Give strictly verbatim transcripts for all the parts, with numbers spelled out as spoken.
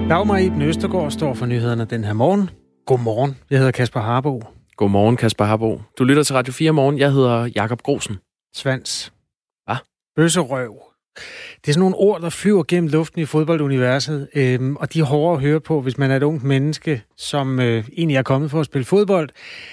Dagmar Eben Østergaard står for nyhederne den her morgen. Godmorgen. Jeg hedder Kasper Harbo. Godmorgen, Kasper Harbo. Du lytter til Radio fire Morgen. Jeg hedder Jakob Grosen. Svans. Hvad? Bøsserøv. Det er sådan nogle ord, der flyver gennem luften i fodbolduniverset, øhm, og de er hårde at høre på, hvis man er et ungt menneske, som øh, egentlig er kommet for at spille fodbold,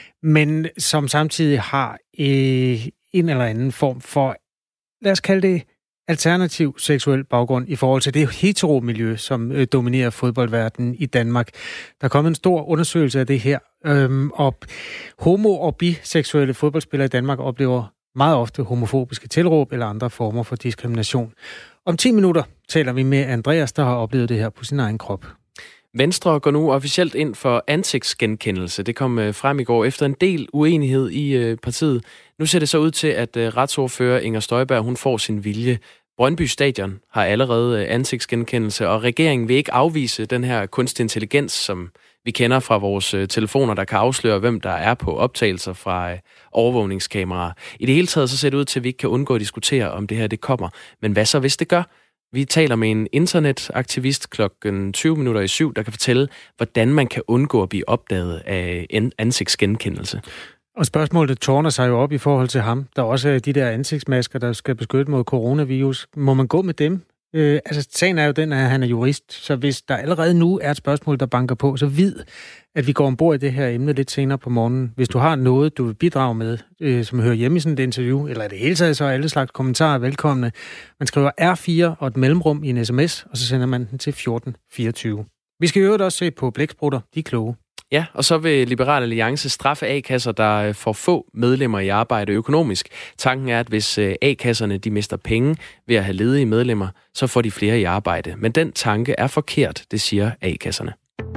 men som samtidig har øh, en eller anden form for, lad os kalde det, alternativ seksuel baggrund i forhold til det heteromiljø, som øh, dominerer fodboldverdenen i Danmark. Der er kommet en stor undersøgelse af det her, øhm, og homo- og biseksuelle fodboldspillere i Danmark oplever meget ofte homofobiske tilråb eller andre former for diskrimination. Om ti minutter taler vi med Andreas, der har oplevet det her på sin egen krop. Venstre går nu officielt ind for ansigtsgenkendelse. Det kom frem i går efter en del uenighed i partiet. Nu ser det så ud til, at retsordfører Inger Støjberg hun får sin vilje. Brøndby Stadion har allerede ansigtsgenkendelse, og regeringen vil ikke afvise den her kunstig intelligens, som vi kender fra vores telefoner, der kan afsløre, hvem der er på optagelser fra overvågningskameraer. I det hele taget så ser det ud til, at vi ikke kan undgå at diskutere, om det her det kommer. Men hvad så, hvis det gør? Vi taler med en internetaktivist klokken tyve minutter i syv, der kan fortælle, hvordan man kan undgå at blive opdaget af ansigtsgenkendelse. Og spørgsmålet tårner sig jo op i forhold til ham. Der er også de der ansigtsmasker, der skal beskytte mod coronavirus. Må man gå med dem? Øh, altså, sagen er jo den, at han er jurist, så hvis der allerede nu er et spørgsmål, der banker på, så vid, at vi går ombord i det her emne lidt senere på morgenen. Hvis du har noget, du vil bidrage med, øh, som hører hjemme i sådan et interview, eller i det hele taget, så er alle slags kommentarer velkomne. Man skriver R fire og et mellemrum i en sms, og så sender man den til fjorten fireogtyve. Vi skal jo også se på blæksprutter, de er kloge. Ja, og så vil Liberal Alliance straffe A-kasser, der får få medlemmer i arbejde økonomisk. Tanken er, at hvis A-kasserne de mister penge ved at have ledige medlemmer, så får de flere i arbejde. Men den tanke er forkert, det siger A-kasserne.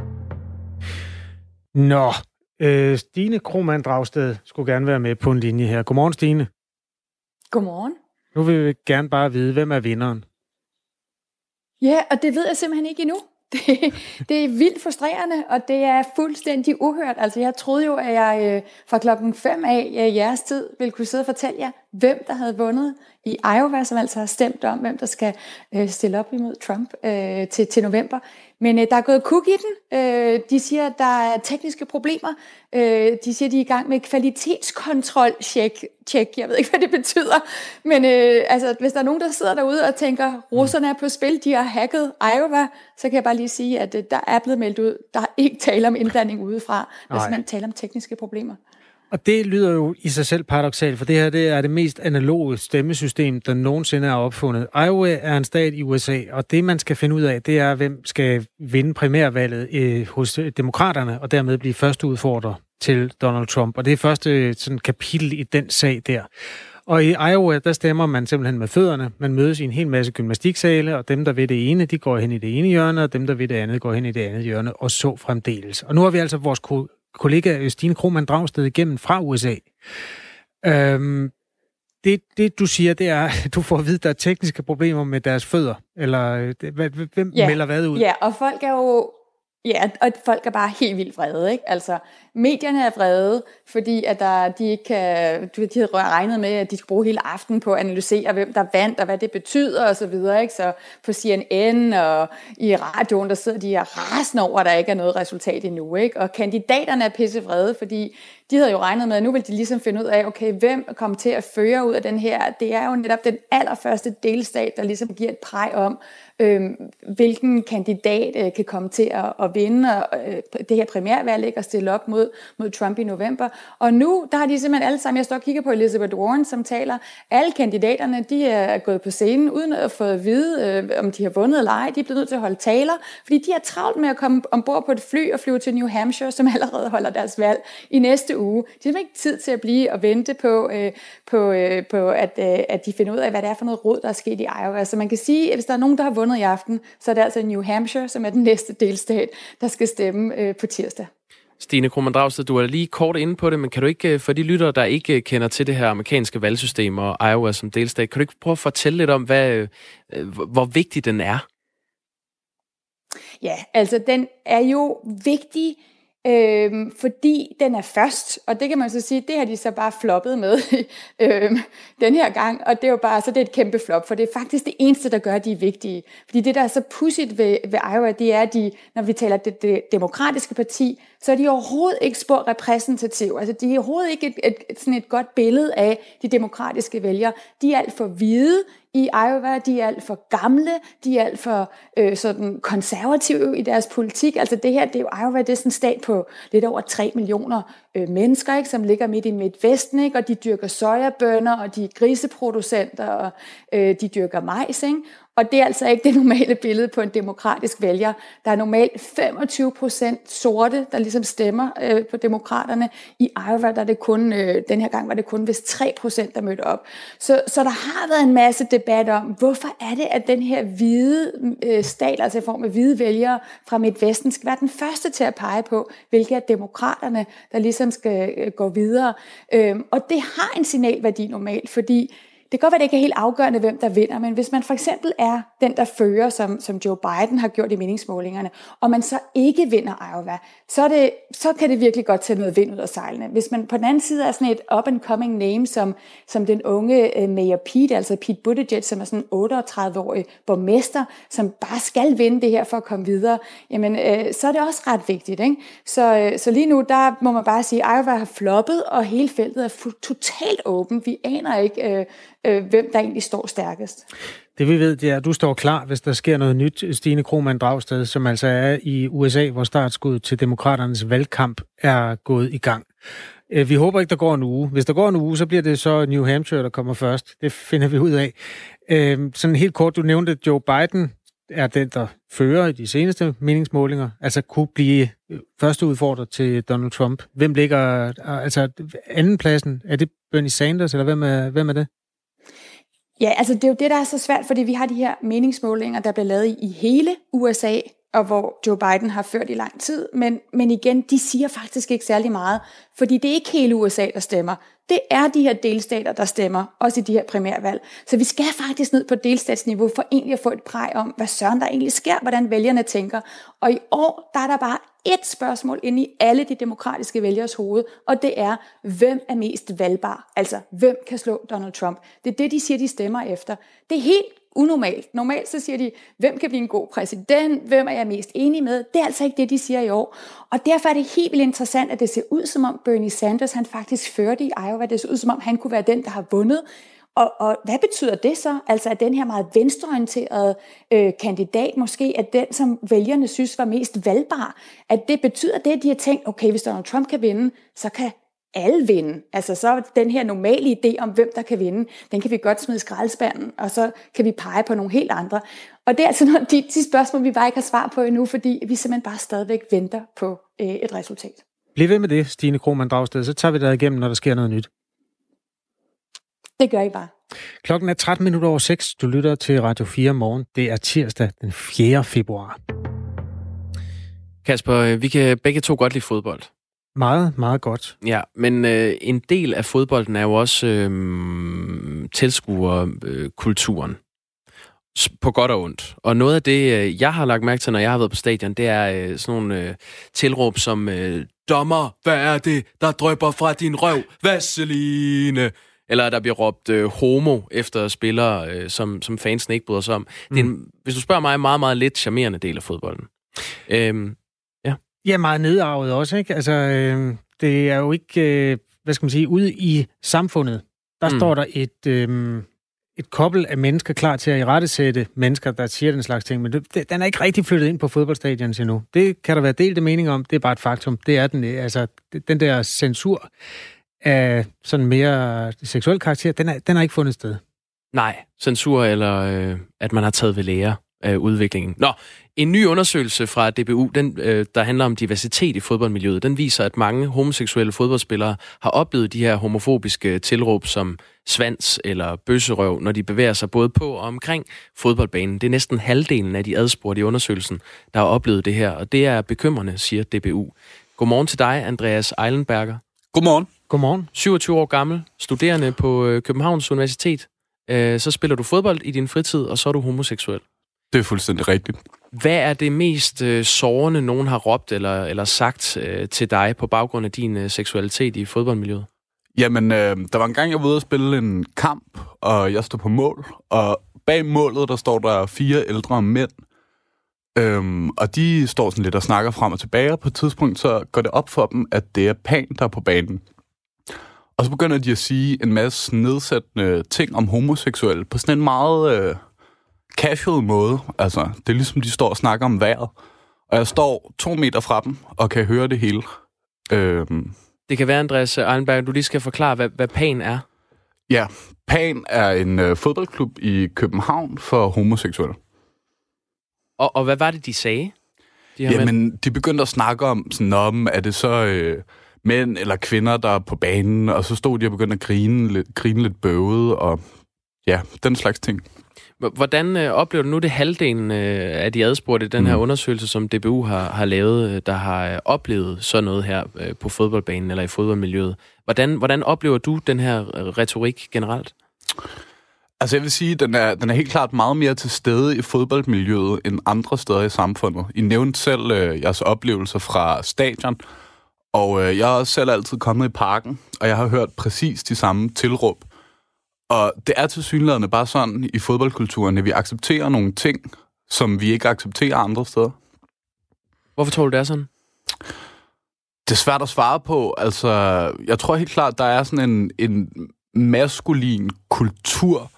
Nå, øh, Stine Krohmann Dragsted skulle gerne være med på en linje her. Godmorgen, Stine. Godmorgen. Nu vil vi gerne bare vide, hvem er vinderen? Ja, og det ved jeg simpelthen ikke endnu. Det, det er vildt frustrerende, og det er fuldstændig uhørt. Altså, jeg troede jo, at jeg øh, fra klokken fem af øh, jeres tid ville kunne sidde og fortælle jer, hvem der havde vundet i Iowa, som altså har stemt om, hvem der skal øh, stille op imod Trump øh, til, til november. Men øh, der er gået kuk i den. Øh, de siger, at der er tekniske problemer. Øh, de siger, at de er i gang med kvalitetskontrol-check. Check. Jeg ved ikke, hvad det betyder. Men øh, altså, hvis der er nogen, der sidder derude og tænker, russerne er på spil, de har hacket Iowa, så kan jeg bare lige sige, at øh, der er blevet meldt ud. Der er ikke tale om indblanding udefra. Der er simpelthen tale om tekniske problemer. Og det lyder jo i sig selv paradoksalt, for det her det er det mest analoge stemmesystem, der nogensinde er opfundet. Iowa er en stat i U S A, og det man skal finde ud af, det er, hvem skal vinde primærvalget øh, hos demokraterne, og dermed blive første udfordrer til Donald Trump. Og det er første sådan, kapitel i den sag der. Og i Iowa, der stemmer man simpelthen med fødderne. Man mødes i en hel masse gymnastiksale, og dem, der ved det ene, de går hen i det ene hjørne, og dem, der ved det andet, går hen i det andet hjørne, og så fremdeles. Og nu har vi altså vores kollega Stine Krohmann Dragsted igennem fra U S A. Øhm, det, det, du siger, det er, at du får at vide, at der er tekniske problemer med deres fødder. Eller hvem ja, melder hvad ud? Ja, og folk er jo... Ja, og folk er bare helt vildt vrede, ikke? Altså, medierne er vrede, fordi at der, de ikke kan, de havde regnet med, at de skulle bruge hele aftenen på at analysere, hvem der vandt, og hvad det betyder, og så videre, ikke? Så på C N N og i radioen, der sidder de og rasende over, at der ikke er noget resultat endnu, ikke? Og kandidaterne er pisse vrede, fordi de havde jo regnet med, at nu vil de ligesom finde ud af, okay, hvem kommer til at føre ud af den her? Det er jo netop den allerførste delstat, der ligesom giver et præg om, øh, hvilken kandidat øh, kan komme til at, at vinde og, øh, det her primærvalg, ikke? Og stille op mod, mod Trump i november. Og nu, der har de simpelthen alle sammen, jeg står og kigger på Elizabeth Warren, som taler, alle kandidaterne, de er gået på scenen, uden at få at vide, øh, om de har vundet eller ej. De er blevet nødt til at holde taler, fordi de er travlt med at komme ombord på et fly og flyve til New Hampshire, som allerede holder deres valg i næste uge. De har ikke tid til at blive og vente på, øh, på, øh, på at, øh, at de finder ud af, hvad det er for noget rod, der er sket i Iowa. Så man kan sige, at hvis der er nogen, der har vundet i aften, så er det altså New Hampshire, som er den næste delstat, der skal stemme øh, på tirsdag. Stine Krohmann Dragsted, du er lige kort inde på det, men kan du ikke, for de lyttere, der ikke kender til det her amerikanske valgsystem og Iowa som delstat, kan du ikke prøve at fortælle lidt om, hvad, hvor vigtig den er? Ja, altså den er jo vigtig Øhm, fordi den er først, og det kan man så sige, det har de så bare floppet med øhm, den her gang, og det er jo bare, så det er et kæmpe flop, for det er faktisk det eneste, der gør, at de er vigtige. Fordi det, der er så pudsigt ved, ved Iowa, det er, at de, når vi taler det, det demokratiske parti, så er de overhovedet ikke spor repræsentative. Altså, de er overhovedet ikke et, et, et, sådan et godt billede af de demokratiske vælgere. De er alt for hvide i Iowa, de er alt for gamle, de er alt for øh, sådan konservative i deres politik. Altså det her, det er jo Iowa, det er sådan en stat på lidt over tre millioner øh, mennesker, ikke, som ligger midt i Midtvesten, ikke, og de dyrker sojabønner, og de er griseproducenter, og øh, de dyrker majs, ikke? Og det er altså ikke det normale billede på en demokratisk vælger. Der er normalt femogtyve procent sorte, der ligesom stemmer øh, på demokraterne. I Iowa, der er det kun, øh, den her gang var det kun vist tre procent, der mødte op. Så, så der har været en masse debat om, hvorfor er det, at den her hvide øh, stat, altså i form af hvide vælgere fra Midtvesten, skal være den første til at pege på, hvilke af demokraterne, der ligesom skal øh, gå videre. Øh, og det har en signalværdi normalt, fordi det kan godt være, det ikke er helt afgørende, hvem der vinder, men hvis man for eksempel er den, der fører, som, som Joe Biden har gjort i meningsmålingerne, og man så ikke vinder Iowa, så, er det, så kan det virkelig godt tage noget vind ud af sejlene. Hvis man på den anden side er sådan et up-and-coming name, som, som den unge uh, Mayor Pete, altså Pete Buttigieg, som er sådan en otteogtredive-årig borgmester, som bare skal vinde det her for at komme videre, jamen, uh, så er det også ret vigtigt, ikke? Så, uh, så lige nu, der må man bare sige, at Iowa har floppet, og hele feltet er fu- totalt åbent. Vi aner ikke, uh, Øh, hvem der egentlig står stærkest. Det vi ved, det er, at du står klar, hvis der sker noget nyt, Stine Krohmann Dragsted, som altså er i U S A, hvor startskuddet til demokraternes valgkamp er gået i gang. Vi håber ikke, der går en uge. Hvis der går en uge, så bliver det så New Hampshire, der kommer først. Det finder vi ud af. Sådan helt kort, du nævnte, at Joe Biden er den, der fører i de seneste meningsmålinger, altså kunne blive første udfordrer til Donald Trump. Hvem ligger, altså andenpladsen, er det Bernie Sanders, eller hvem er, hvem er det? Ja, altså det er jo det, der er så svært, fordi vi har de her meningsmålinger, der bliver lavet i, i hele U S A, og hvor Joe Biden har ført i lang tid. Men, men igen, de siger faktisk ikke særlig meget, fordi det er ikke hele U S A, der stemmer. Det er de her delstater, der stemmer, også i de her primærvalg. Så vi skal faktisk ned på delstatsniveau for egentlig at få et præg om, hvad søren der egentlig sker, hvordan vælgerne tænker. Og i år, der er der bare et spørgsmål inde i alle de demokratiske vælgers hoved, og det er, hvem er mest valgbar? Altså, hvem kan slå Donald Trump? Det er det, de siger, de stemmer efter. Det er helt unormalt. Normalt så siger de, hvem kan blive en god præsident? Hvem er jeg mest enig med? Det er altså ikke det, de siger i år. Og derfor er det helt vildt interessant, at det ser ud som om Bernie Sanders, han faktisk førte i Iowa. Det ser ud som om, han kunne være den, der har vundet. Og, og hvad betyder det så? Altså, at den her meget venstreorienterede øh, kandidat måske er den, som vælgerne synes var mest valgbar. At det betyder det, at de har tænkt, okay, hvis Donald Trump kan vinde, så kan alle vinde. Altså, så er den her normale idé om, hvem der kan vinde, den kan vi godt smide i skraldespanden, og så kan vi pege på nogle helt andre. Og det er altså nogle af de, de spørgsmål, vi bare ikke har svar på endnu, fordi vi simpelthen bare stadigvæk venter på øh, et resultat. Bliv ved med det, Stine Krohmann Dragsted, så tager vi dig igennem, når der sker noget nyt. Det gør I bare. Klokken er tretten minutter over seks. Du lytter til Radio fire morgen. Det er tirsdag den fjerde februar. Kasper, vi kan begge to godt lide fodbold. Meget, meget godt. Ja, men øh, en del af fodbolden er jo også øh, tilskuerkulturen. På godt og ondt. Og noget af det, jeg har lagt mærke til, når jeg har været på stadion, det er øh, sådan nogle øh, tilråb som øh, dommer, hvad er det, der drypper fra din røv, Vaseline? Eller der bliver råbt øh, homo efter spillere, øh, som, som fansene ikke bryder sig om. Mm. Det er en, hvis du spørger mig, en meget, meget lidt charmerende del af fodbolden. Øhm, ja. Ja, meget nedarvet også, ikke? Altså, øh, det er jo ikke, øh, hvad skal man sige, ude i samfundet, der mm. står der et, øh, et kobbel af mennesker klar til at irettesætte mennesker, der siger den slags ting, men det, det, den er ikke rigtig flyttet ind på fodboldstadions endnu. Det kan der være delte mening om, det er bare et faktum. Det er den, altså, den der censur af sådan mere seksuel karakter, den er, den er ikke fundet sted. Nej, censur eller øh, at man har taget ved lære af udviklingen. Nå, en ny undersøgelse fra D B U, den, øh, der handler om diversitet i fodboldmiljøet, den viser, at mange homoseksuelle fodboldspillere har oplevet de her homofobiske tilråb som svans eller bøsserøv, når de bevæger sig både på og omkring fodboldbanen. Det er næsten halvdelen af de adspurgte i undersøgelsen, der har oplevet det her, og det er bekymrende, siger D B U. Godmorgen til dig, Andreas Eilenberger. Godmorgen. Godmorgen. syvogtyve år gammel, studerende på Københavns Universitet. Så spiller du fodbold i din fritid, og så er du homoseksuel. Det er fuldstændig rigtigt. Hvad er det mest øh, sårende, nogen har råbt eller, eller sagt øh, til dig på baggrund af din øh, seksualitet i fodboldmiljøet? Jamen, øh, der var en gang, jeg var ude at spille en kamp, og jeg stod på mål, og bag målet, der står der fire ældre mænd, øhm, og de står sådan lidt og snakker frem og tilbage, og på et tidspunkt så går det op for dem, at det er Pan, der er på banen. Og så begynder de at sige en masse nedsættende ting om homoseksuelle på sådan en meget øh, casual måde. Altså, det er ligesom, de står og snakker om vejret. Og jeg står to meter fra dem og kan høre det hele. Øhm, Det kan være, Andreas Arnberg, du lige skal forklare, hvad, hvad Pan er. Ja, Pan er en øh, fodboldklub i København for homoseksuelle. Og, og hvad var det, de sagde? De Jamen, de begyndte at snakke om, sådan om, er det så øh, mænd eller kvinder, der er på banen, og så stod de og begyndte at grine lidt, grine lidt bøvet, og ja, den slags ting. Hvordan øh, oplever du nu det halvdelen øh, af de adspurgte i den her mm. undersøgelse, som D B U har, har lavet, øh, der har øh, oplevet sådan noget her øh, på fodboldbanen eller i fodboldmiljøet? Hvordan, hvordan oplever du den her øh, retorik generelt? Altså jeg vil sige, den er, den er helt klart meget mere til stede i fodboldmiljøet end andre steder i samfundet. I nævnte selv øh, jeres oplevelser fra stadion, og øh, jeg har også selv altid kommet i parken, og jeg har hørt præcis de samme tilråb. Og det er tilsyneladende bare sådan i fodboldkulturen, at vi accepterer nogle ting, som vi ikke accepterer andre steder. Hvorfor tror du, det er sådan? Det er svært at svare på. Altså, jeg tror helt klart, der er sådan en, en maskulin kultur,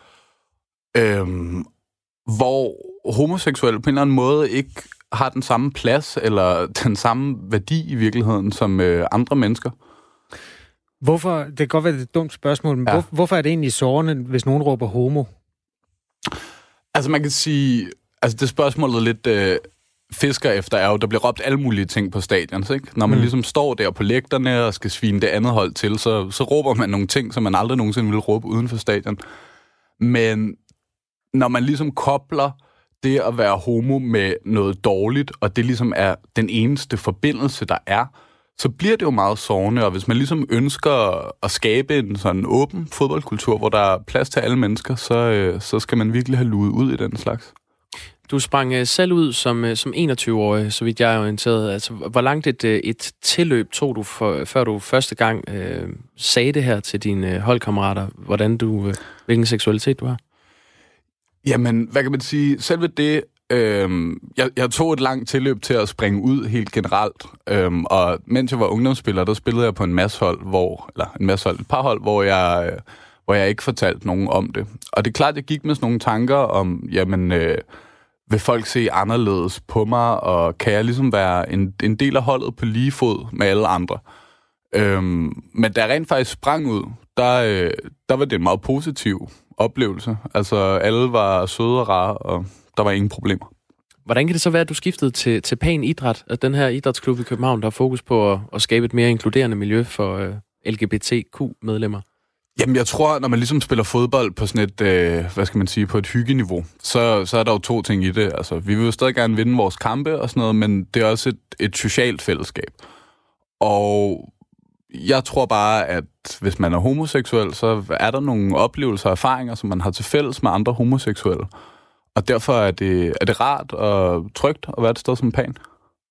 øhm, hvor homoseksuelle på en eller anden måde ikke har den samme plads, eller den samme værdi i virkeligheden, som øh, andre mennesker. Hvorfor, det kan godt være et dumt spørgsmål, men ja. hvor, hvorfor er det egentlig sårende, hvis nogen råber homo? Altså man kan sige, altså det spørgsmålet lidt øh, fisker efter er jo, der bliver råbt alle mulige ting på stadion, ikke? Når man mm. ligesom står der på lægterne og skal svine det andet hold til, så, så råber man nogle ting, som man aldrig nogensinde ville råbe uden for stadion. Men når man ligesom kobler det at være homo med noget dårligt, og det ligesom er den eneste forbindelse, der er, så bliver det jo meget sårende, og hvis man ligesom ønsker at skabe en sådan åben fodboldkultur, hvor der er plads til alle mennesker, så, øh, så skal man virkelig have luet ud i den slags. Du sprang selv ud som, som enogtyve-årig, så vidt jeg er orienteret. Altså, hvor langt et, et tilløb tog du, for, før du første gang øh, sagde det her til dine holdkammerater, hvordan du, øh, hvilken seksualitet du har? Jamen, hvad kan man sige? Selve det, øh, jeg, jeg tog et langt tilløb til at springe ud helt generelt, øh, og mens jeg var ungdomsspiller, der spillede jeg på en masse hold, hvor, eller en masse hold, et par hold, hvor jeg, øh, hvor jeg ikke fortalte nogen om det. Og det er klart, jeg gik med sådan nogle tanker om, jamen, øh, vil folk se anderledes på mig, og kan jeg ligesom være en, en del af holdet på lige fod med alle andre? Øhm, men da jeg rent faktisk sprang ud, der, øh, der var det en meget positiv oplevelse. Altså, alle var søde og rare, og der var ingen problemer. Hvordan kan det så være, at du skiftede til, til Pan Idræt, og den her idrætsklub i København, der har fokus på at, at skabe et mere inkluderende miljø for øh, L G B T Q-medlemmer? Jamen, jeg tror, når man ligesom spiller fodbold på sådan et, øh, hvad skal man sige, på et hyggeniveau, så, så er der jo to ting i det. Altså, vi vil jo stadig gerne vinde vores kampe og sådan noget, men det er også et, et socialt fællesskab. Og jeg tror bare, at hvis man er homoseksuel, så er der nogle oplevelser og erfaringer, som man har til fælles med andre homoseksuelle. Og derfor er det, er det rart og trygt at være et sted som Pan.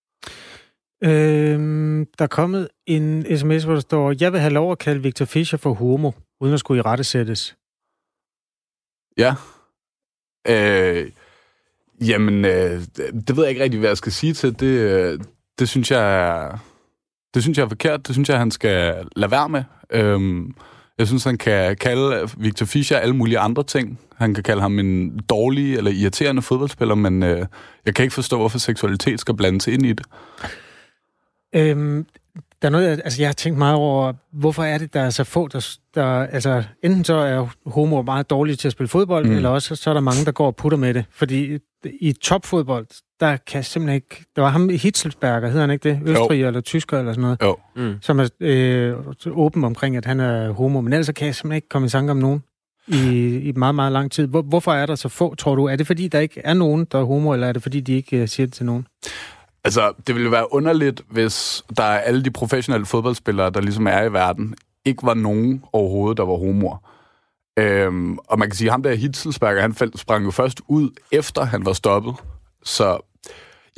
Øhm, der er kommet en sms, hvor der står, jeg vil have lov at kalde Victor Fischer for homo, uden at skulle i rette sættes. Ja. Øh, jamen, øh, det ved jeg ikke rigtig, hvad jeg skal sige til. Det, det synes jeg er, det synes jeg er forkert. Det synes jeg, han skal lade være med. Øhm, jeg synes, han kan kalde Victor Fischer alle mulige andre ting. Han kan kalde ham en dårlig eller irriterende fodboldspiller, men øh, jeg kan ikke forstå, hvorfor seksualitet skal blandes ind i det. Øhm, der er noget, altså jeg har tænkt meget over, hvorfor er det, der er så få, der, der altså enten så er homo meget dårlige til at spille fodbold, mm. eller også så er der mange, der går og putter med det. Fordi i topfodbold, der kan simpelthen ikke, der var ham Hitzelsberger, hedder han ikke det? Østrig eller tysker eller sådan noget. Jo. Mm. Som er øh, åben omkring, at han er homo, men ellers kan jeg simpelthen ikke komme i tanke om nogen i, i meget, meget lang tid. Hvor, hvorfor er der så få, tror du? Er det fordi, der ikke er nogen, der er homo, eller er det fordi, de ikke uh, siger det til nogen? Altså, det ville være underligt, hvis der er alle de professionelle fodboldspillere, der ligesom er i verden, ikke var nogen overhovedet, der var homoer. Øhm, og man kan sige, at ham der Hitzelsberger, han sprang jo først ud, efter han var stoppet. Så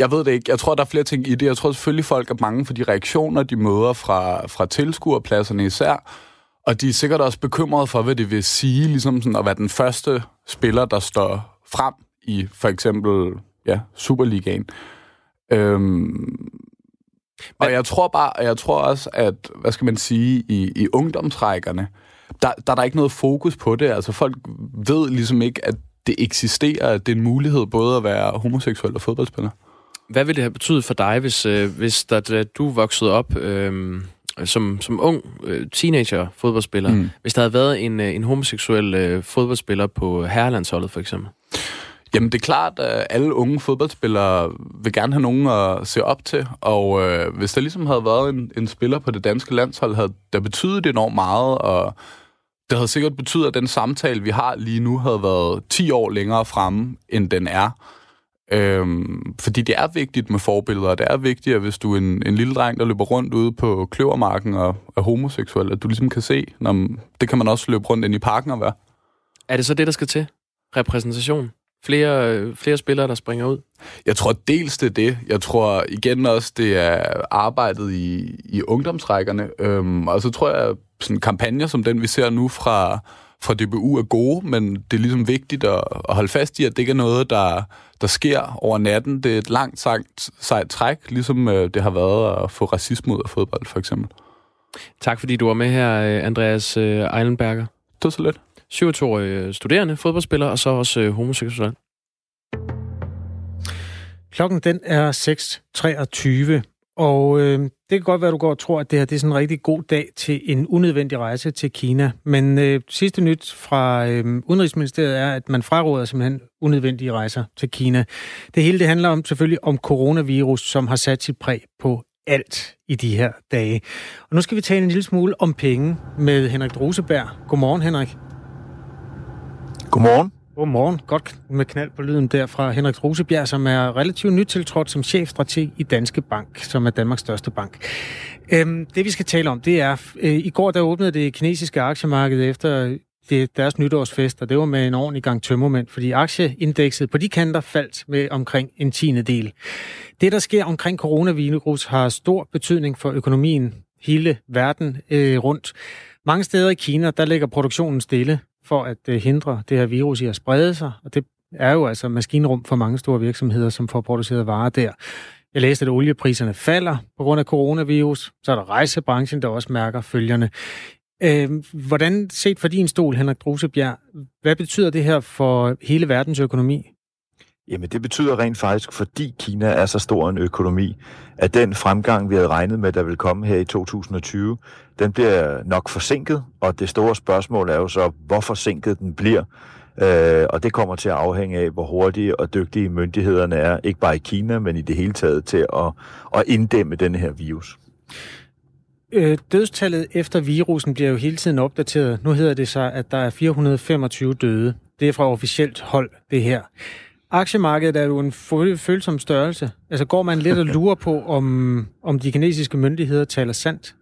Jeg ved det ikke. Jeg tror, der er flere ting i det. Jeg tror selvfølgelig, folk er bange for de reaktioner, de møder fra, fra tilskuerpladserne især. Og de er sikkert også bekymrede for, hvad det vil sige, ligesom sådan at være den første spiller, der står frem i for eksempel ja, Superligaen. Øhm, og jeg tror bare, jeg tror også, at, hvad skal man sige, i, i ungdomsrækkerne, der, der er der ikke noget fokus på det. Altså folk ved ligesom ikke, at det eksisterer, at det er en mulighed både at være homoseksuel og fodboldspiller. Hvad vil det have betydet for dig, hvis, øh, hvis da, da du voksede op øh, som, som ung øh, teenager-fodboldspiller, mm. hvis der havde været en, en homoseksuel øh, fodboldspiller på herrelandsholdet for eksempel? Jamen, det er klart, at alle unge fodboldspillere vil gerne have nogen at se op til, og øh, hvis der ligesom havde været en, en spiller på det danske landshold, havde det betydet enormt meget, og det havde sikkert betydet, at den samtale, vi har lige nu, havde været ti år længere fremme, end den er. Øhm, fordi det er vigtigt med forbilleder, og det er vigtigt, at hvis du er en, en lille dreng, der løber rundt ude på Kløvermarken og er homoseksuel, at du ligesom kan se, når, det kan man også løbe rundt ind i parken og være. Er det så det, der skal til? Repræsentation? Flere, flere spillere, der springer ud? Jeg tror dels det er det. Jeg tror igen også, det er arbejdet i, i ungdomsrækkerne. Øhm, og så tror jeg, at sådan kampagner som den, vi ser nu fra, fra D B U er gode, men det er ligesom vigtigt at, at holde fast i, at det ikke er noget, der, der sker over natten. Det er et langt sejt, sejt træk, ligesom det har været at få racisme ud af fodbold, for eksempel. Tak fordi du var med her, Andreas Eilenberger. Det var så lidt. syvogtyve-årig studerende, fodboldspiller, og så også øh, homoseksuel. Klokken den er seks treogtyve, og øh, det kan godt være, at du går og tror, at det her det er sådan en rigtig god dag til en unødvendig rejse til Kina. Men øh, sidste nyt fra øh, Udenrigsministeriet er, at man fraråder simpelthen unødvendige rejser til Kina. Det hele det handler om selvfølgelig om coronavirus, som har sat sit præg på alt i de her dage. Og nu skal vi tale en lille smule om penge med Henrik Druseberg. Godmorgen, Henrik. Godmorgen. Godmorgen. Godt med knald på lyden der fra Henrik Druseberg, som er relativt nytiltrådt som chefstrateg i Danske Bank, som er Danmarks største bank. Øhm, det vi skal tale om, det er, øh, i går der åbnede det kinesiske aktiemarked efter det, deres nytårsfest, og det var med en ordentlig gang tømmermænd, fordi aktieindekset på de kanter faldt med omkring en tiende del. Det, der sker omkring coronavirus, har stor betydning for økonomien hele verden øh, rundt. Mange steder i Kina, der ligger produktionen stille for at øh, hindre det her virus i at sprede sig, og det er jo altså maskinrum for mange store virksomheder, som får produceret varer der. Jeg læste, at oliepriserne falder på grund af coronavirus, så er der rejsebranchen, der også mærker følgerne. Øh, hvordan set fra din stol, Henrik Druseberg, hvad betyder det her for hele verdens økonomi? Jamen det betyder rent faktisk, fordi Kina er så stor en økonomi, at den fremgang, vi havde regnet med, der vil komme her i to tusind og tyve, den bliver nok forsinket, og det store spørgsmål er jo så, hvor forsinket den bliver. Øh, og det kommer til at afhænge af, hvor hurtige og dygtige myndighederne er, ikke bare i Kina, men i det hele taget til at, at inddæmme denne her virus. Øh, dødstallet efter virusen bliver jo hele tiden opdateret. Nu hedder det så, at der er fire hundrede og femogtyve døde. Det er fra officielt hold, det her. Aktiemarkedet er jo en følsom størrelse. Altså går man lidt og lurer på, om, om de kinesiske myndigheder taler sandt?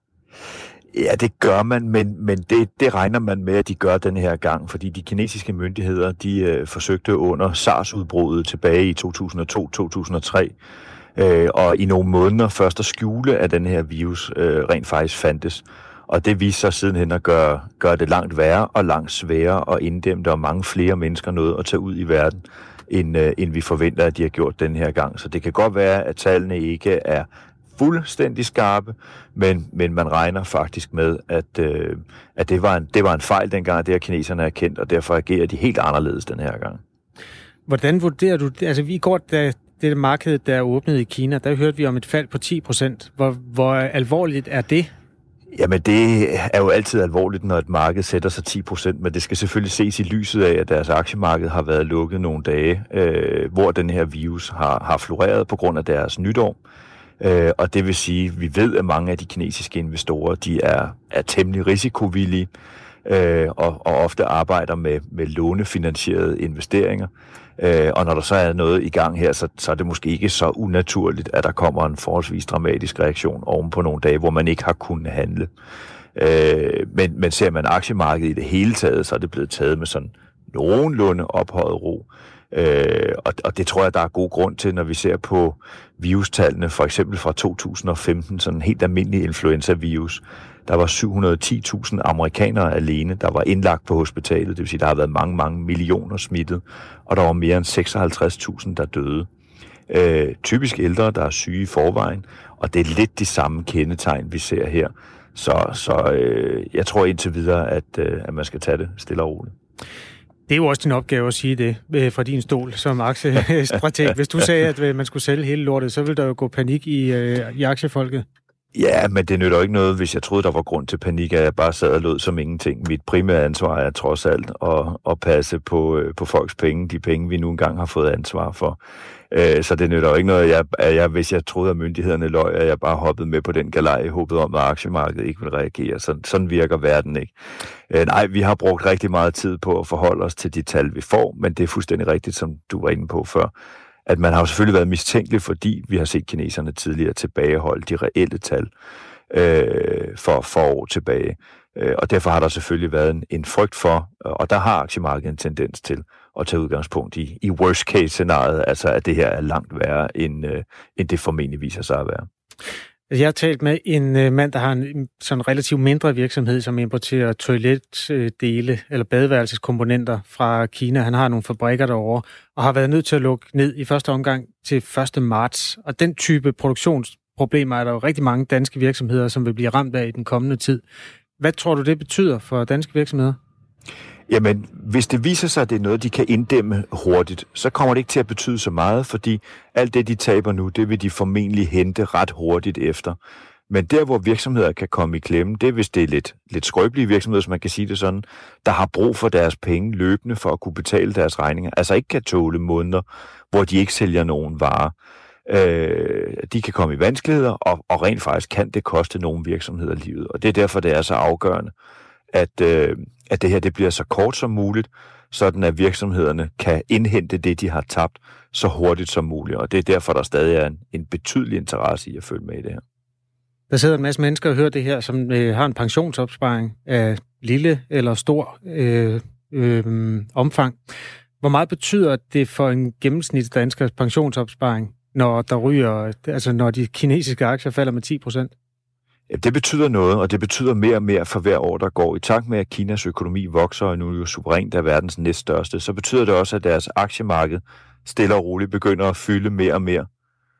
Ja, det gør man, men, men det, det regner man med, at de gør den her gang, fordi de kinesiske myndigheder, de øh, forsøgte under SARS-udbruddet tilbage i to tusind og to til to tusind og tre, øh, og i nogle måneder først at skjule, at den her virus øh, rent faktisk fandtes. Og det viste sig sidenhen at gøre, gøre det langt værre og langt sværere at inddæmme, der mange flere mennesker noget at tage ud i verden, end, øh, end vi forventer, at de har gjort den her gang. Så det kan godt være, at tallene ikke er fuldstændig skarpe, men, men man regner faktisk med, at, øh, at det, var en, det var en fejl dengang, at det har kineserne erkendt, og derfor agerer de helt anderledes den her gang. Hvordan vurderer du det? Altså, vi går, da det marked, der er åbnet i Kina, der hørte vi om et fald på ti procent. Hvor, hvor alvorligt er det? Jamen, det er jo altid alvorligt, når et marked sætter sig ti procent, men det skal selvfølgelig ses i lyset af, at deres aktiemarked har været lukket nogle dage, øh, hvor den her virus har, har floreret på grund af deres nytår. Øh, og det vil sige, at vi ved, at mange af de kinesiske investorer, de er, er temmelig risikovillige øh, og, og ofte arbejder med, med lånefinansierede investeringer. Øh, og når der så er noget i gang her, så, så er det måske ikke så unaturligt, at der kommer en forholdsvis dramatisk reaktion oven på nogle dage, hvor man ikke har kunnet handle. Øh, men, men ser man aktiemarkedet i det hele taget, så er det blevet taget med sådan nogenlunde ophøjet ro. Øh, og, og det tror jeg, der er god grund til, når vi ser på virustallene, for eksempel fra to tusind og femten, sådan en helt almindelig influenza-virus. Der var syv hundrede og ti tusind amerikanere alene, der var indlagt på hospitalet. Det vil sige, der har været mange, mange millioner smittet, og der var mere end seksoghalvtreds tusind, der døde. Øh, typisk ældre, der er syge i forvejen, og det er lidt de samme kendetegn, vi ser her. Så, så øh, jeg tror indtil videre, at, øh, at man skal tage det stille og roligt. Det er jo også din opgave at sige det øh, fra din stol som aktiestrateg. Hvis du sagde, at øh, man skulle sælge hele lortet, så ville der jo gå panik i, øh, i aktiefolket. Ja, men det nytter jo ikke noget, hvis jeg troede, der var grund til panik, at jeg bare sad og lød som ingenting. Mit primære ansvar er trods alt at, at passe på, øh, på folks penge, de penge, vi nu engang har fået ansvar for. Øh, så det nytter jo ikke noget, at jeg, at jeg, hvis jeg troede, at myndighederne løg, at jeg bare hoppede med på den galej i håbet om, at aktiemarkedet ikke vil reagere. Sådan, sådan virker verden ikke. Øh, nej, vi har brugt rigtig meget tid på at forholde os til de tal, vi får, men det er fuldstændig rigtigt, som du var inde på før, at man har jo selvfølgelig været mistænkelig, fordi vi har set kineserne tidligere tilbageholde de reelle tal øh, for, for år tilbage. Øh, og derfor har der selvfølgelig været en, en frygt for, og der har aktiemarkedet en tendens til at tage udgangspunkt i, i worst case scenariet, altså at det her er langt værre, end, øh, end det formentlig viser sig at være. Jeg har talt med en øh, mand, der har en sådan relativt mindre virksomhed, som importerer toiletdele eller badeværelseskomponenter fra Kina. Han har nogle fabrikker derovre, og har været nødt til at lukke ned i første omgang til første marts. Og den type produktionsproblemer er der jo rigtig mange danske virksomheder, som vil blive ramt af i den kommende tid. Hvad tror du, det betyder for danske virksomheder? Jamen, hvis det viser sig, at det er noget, de kan inddæmme hurtigt, så kommer det ikke til at betyde så meget, fordi alt det, de taber nu, det vil de formentlig hente ret hurtigt efter. Men der, hvor virksomheder kan komme i klemme, det er, hvis det er lidt, lidt skrøbelige virksomheder, som man kan sige det sådan, der har brug for deres penge løbende for at kunne betale deres regninger, altså ikke kan tåle måneder, hvor de ikke sælger nogen varer. Øh, de kan komme i vanskeligheder, og, og rent faktisk kan det koste nogle virksomheder livet. Og det er derfor, det er så afgørende, at, øh, at det her det bliver så kort som muligt, sådan at virksomhederne kan indhente det, de har tabt, så hurtigt som muligt. Og det er derfor, der stadig er en, en betydelig interesse i at følge med i det her. Der sidder en masse mennesker og hører det her, som øh, har en pensionsopsparing af lille eller stor øh, øh, omfang. Hvor meget betyder det for en gennemsnitsdanskers pensionsopsparing, når der ryger, altså når de kinesiske aktier falder med ti procent? Ja, det betyder noget, og det betyder mere og mere for hver år, der går. I takt med, at Kinas økonomi vokser, og nu er jo suverænt er verdens næststørste, så betyder det også, at deres aktiemarked stille og roligt begynder at fylde mere og mere.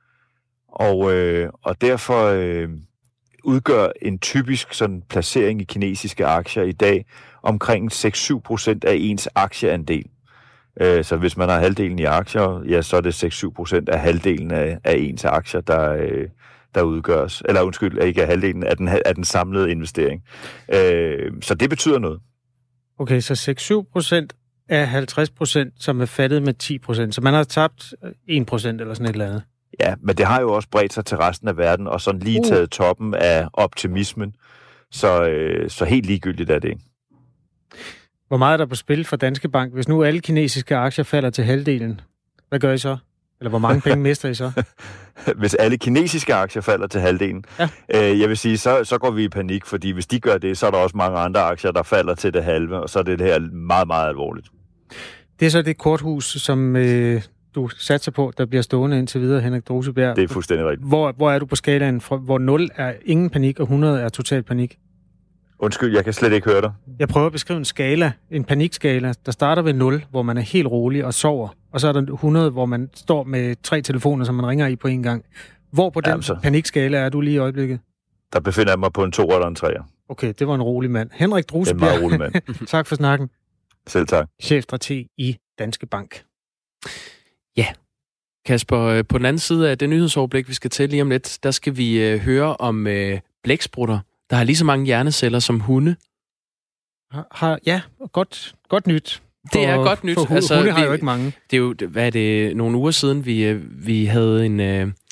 Og, øh, og derfor øh, udgør en typisk sådan placering i kinesiske aktier i dag omkring seks til syv procent af ens aktieandel. Øh, så hvis man har halvdelen i aktier, ja, så er det seks til syv procent af halvdelen af, af ens aktier, der øh, der udgøres, eller undskyld, ikke af halvdelen af den, af den samlede investering. Øh, så det betyder noget. Okay, så seks til syv procent af halvtreds procent, som er faldet med ti procent, så man har tabt en procent eller sådan et eller andet. Ja, men det har jo også bredt sig til resten af verden, og sådan lige taget toppen af optimismen, så, øh, så helt ligegyldigt er det ikke. Hvor meget er der på spil for Danske Bank? Hvis nu alle kinesiske aktier falder til halvdelen, hvad gør I så? Eller hvor mange penge mister I så? Hvis alle kinesiske aktier falder til halvdelen. Ja. Øh, jeg vil sige, så, så går vi i panik, fordi hvis de gør det, så er der også mange andre aktier, der falder til det halve, og så er det, det her meget, meget alvorligt. Det er så det korthus, som øh, du satser på, der bliver stående indtil videre, Henrik Drosebjerg. Det er fuldstændig rigtigt. Hvor, hvor er du på skalaen, hvor nul er ingen panik, og hundrede er total panik? Undskyld, jeg kan slet ikke høre dig. Jeg prøver at beskrive en skala, en panikskala, der starter ved nul, hvor man er helt rolig og sover. Og så er der hundrede, hvor man står med tre telefoner, som man ringer i på en gang. Hvor på den Jamen så. panikskala er du lige i øjeblikket? Der befinder jeg mig på en to eller en treer. Okay, det var en rolig mand. Henrik Drosebjerg. En meget rolig mand. Tak for snakken. Selv tak. Chefstrateg i Danske Bank. Ja, Kasper, på den anden side af det nyhedsoverblik, vi skal til lige om lidt, der skal vi høre om blæksprutter, der har lige så mange hjerneceller som hunde. Har, ja, godt, godt nyt. For, det er godt nyt. For hunde, altså, hunde har vi, jo ikke mange. Det er jo, hvad er det, nogle uger siden, vi, vi havde en,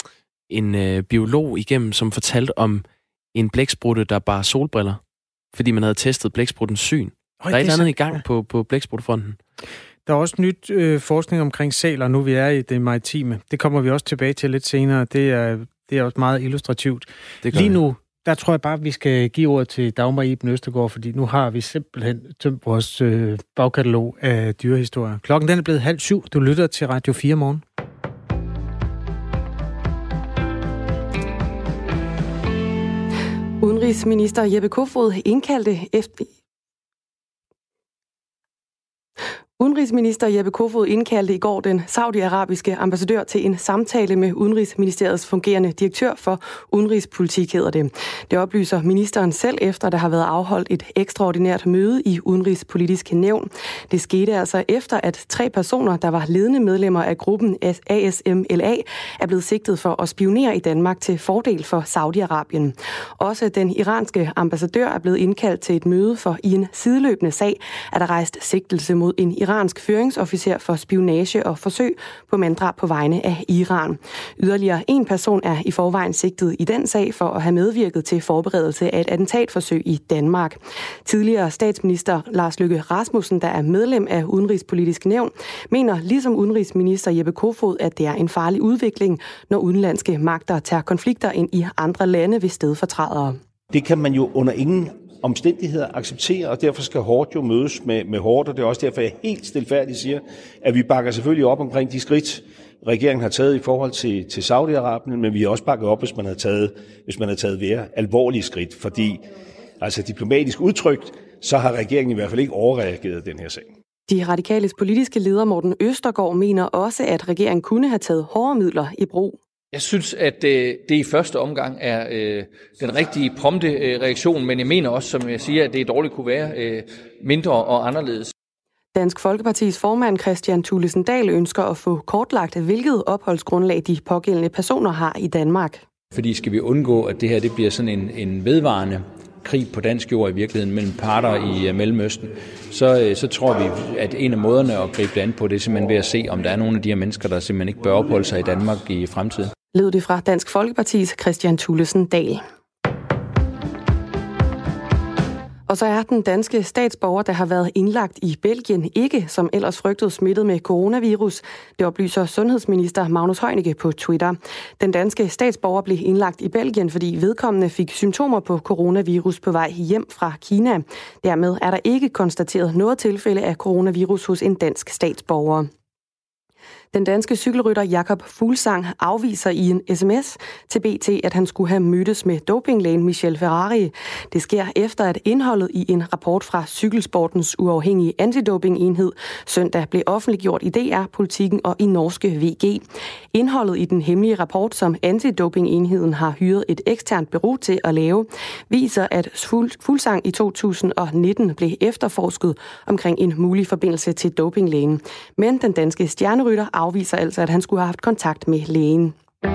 en biolog igennem, som fortalte om en blæksprutte, der bar solbriller, fordi man havde testet blækspruttens syn. Øj, der er et andet i gang på, på blæksprutferne. Der er også nyt øh, forskning omkring sæler, nu vi er i det maritime. Det kommer vi også tilbage til lidt senere. Det er, det er også meget illustrativt. Lige nu der tror jeg bare, at vi skal give ordet til Dagmar Iben Østergaard, fordi nu har vi simpelthen tømt vores øh, bagkatalog af dyrehistorier. Klokken den er blevet halv syv. Du lytter til Radio fire morgen. Udenrigsminister Jeppe Kofod indkaldte efter... Udenrigsminister Jeppe Kofod indkaldte i går den saudiarabiske ambassadør til en samtale med Udenrigsministeriets fungerende direktør for udenrigspolitik, hedder det. Det oplyser ministeren selv efter, der har været afholdt et ekstraordinært møde i Udenrigspolitisk Nævn. Det skete altså efter, at tre personer, der var ledende medlemmer af gruppen A S M L A, er blevet sigtet for at spionere i Danmark til fordel for Saudi-Arabien. Også den iranske ambassadør er blevet indkaldt til et møde, for i en sideløbende sag er der rejst sigtelse mod en iransk føringsofficer for spionage og forsøg på manddrab på vegne af Iran. Yderligere en person er i forvejen sigtet i den sag for at have medvirket til forberedelse af et attentatforsøg i Danmark. Tidligere statsminister Lars Løkke Rasmussen, der er medlem af Udenrigspolitisk Nævn, mener ligesom udenrigsminister Jeppe Kofod, at det er en farlig udvikling, når udenlandske magter tager konflikter ind i andre lande ved stedfortrædere. Det kan man jo under ingen omstændigheder acceptere, og derfor skal hårdt jo mødes med, med hårdt, og det er også derfor, jeg helt stilfærdigt siger, at vi bakker selvfølgelig op omkring de skridt, regeringen har taget i forhold til, til Saudi-Arabien, men vi har også bakket op, hvis man har taget, hvis man har taget mere alvorlige skridt, fordi altså diplomatisk udtrykt, så har regeringen i hvert fald ikke overreageret den her sag. De radikales politiske leder Morten Østergaard mener også, at regeringen kunne have taget hårde midler i brug. Jeg synes, at øh, det i første omgang er øh, den rigtige prompte øh, reaktion, men jeg mener også, som jeg siger, at det dårligt kunne være øh, mindre og anderledes. Dansk Folkepartis formand Kristian Thulesen Dahl ønsker at få kortlagt, hvilket opholdsgrundlag de pågældende personer har i Danmark. Fordi skal vi undgå, at det her det bliver sådan en, en vedvarende krig på dansk jord i virkeligheden mellem parter i uh, Mellemøsten, så, så tror vi, at en af måderne at gribe det an på, det er simpelthen ved at se, om der er nogle af de her mennesker, der simpelthen ikke bør opholde sig i Danmark i fremtiden. Lød det fra Dansk Folkepartis Kristian Thulesen Dahl. Og så er den danske statsborger, der har været indlagt i Belgien, ikke som ellers frygtet smittet med coronavirus. Det oplyser sundhedsminister Magnus Heunicke på Twitter. Den danske statsborger blev indlagt i Belgien, fordi vedkommende fik symptomer på coronavirus på vej hjem fra Kina. Dermed er der ikke konstateret noget tilfælde af coronavirus hos en dansk statsborger. Den danske cykelrytter Jakob Fuglsang afviser i en sms til B T, at han skulle have mødtes med dopinglægen Michel Ferrari. Det sker efter, at indholdet i en rapport fra Cykelsportens uafhængige antidopingenhed søndag blev offentliggjort i D R, Politiken og i norske V G. Indholdet i den hemmelige rapport, som antidopingenheden har hyret et eksternt bureau til at lave, viser, at Fuglsang i to tusind og nitten blev efterforsket omkring en mulig forbindelse til dopinglægen. Men den danske stjernerytter afviser altså, at han skulle have haft kontakt med lægen.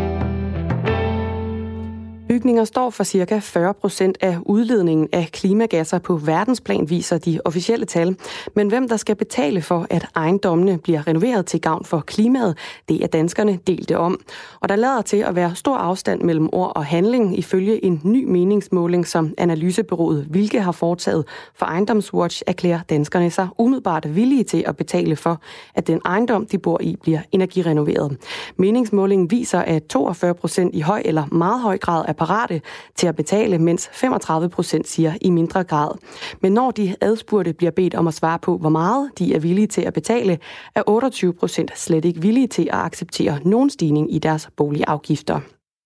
Bygninger står for ca. fyrre procent af udledningen af klimagasser på verdensplan, viser de officielle tal. Men hvem der skal betale for, at ejendommene bliver renoveret til gavn for klimaet, det er danskerne delte om. Og der lader til at være stor afstand mellem ord og handling, ifølge en ny meningsmåling, som analysebureauet Hvilke har foretaget for EjendomsWatch, erklærer danskerne sig umiddelbart villige til at betale for, at den ejendom, de bor i, bliver energirenoveret. Meningsmålingen viser, at toogfyrre procent i høj eller meget høj grad er parate til at betale, mens femogtredive procent siger i mindre grad. Men når de adspurgte bliver bedt om at svare på, hvor meget de er villige til at betale, er otteogtyve procent slet ikke villige til at acceptere nogen stigning i deres boligafgifter.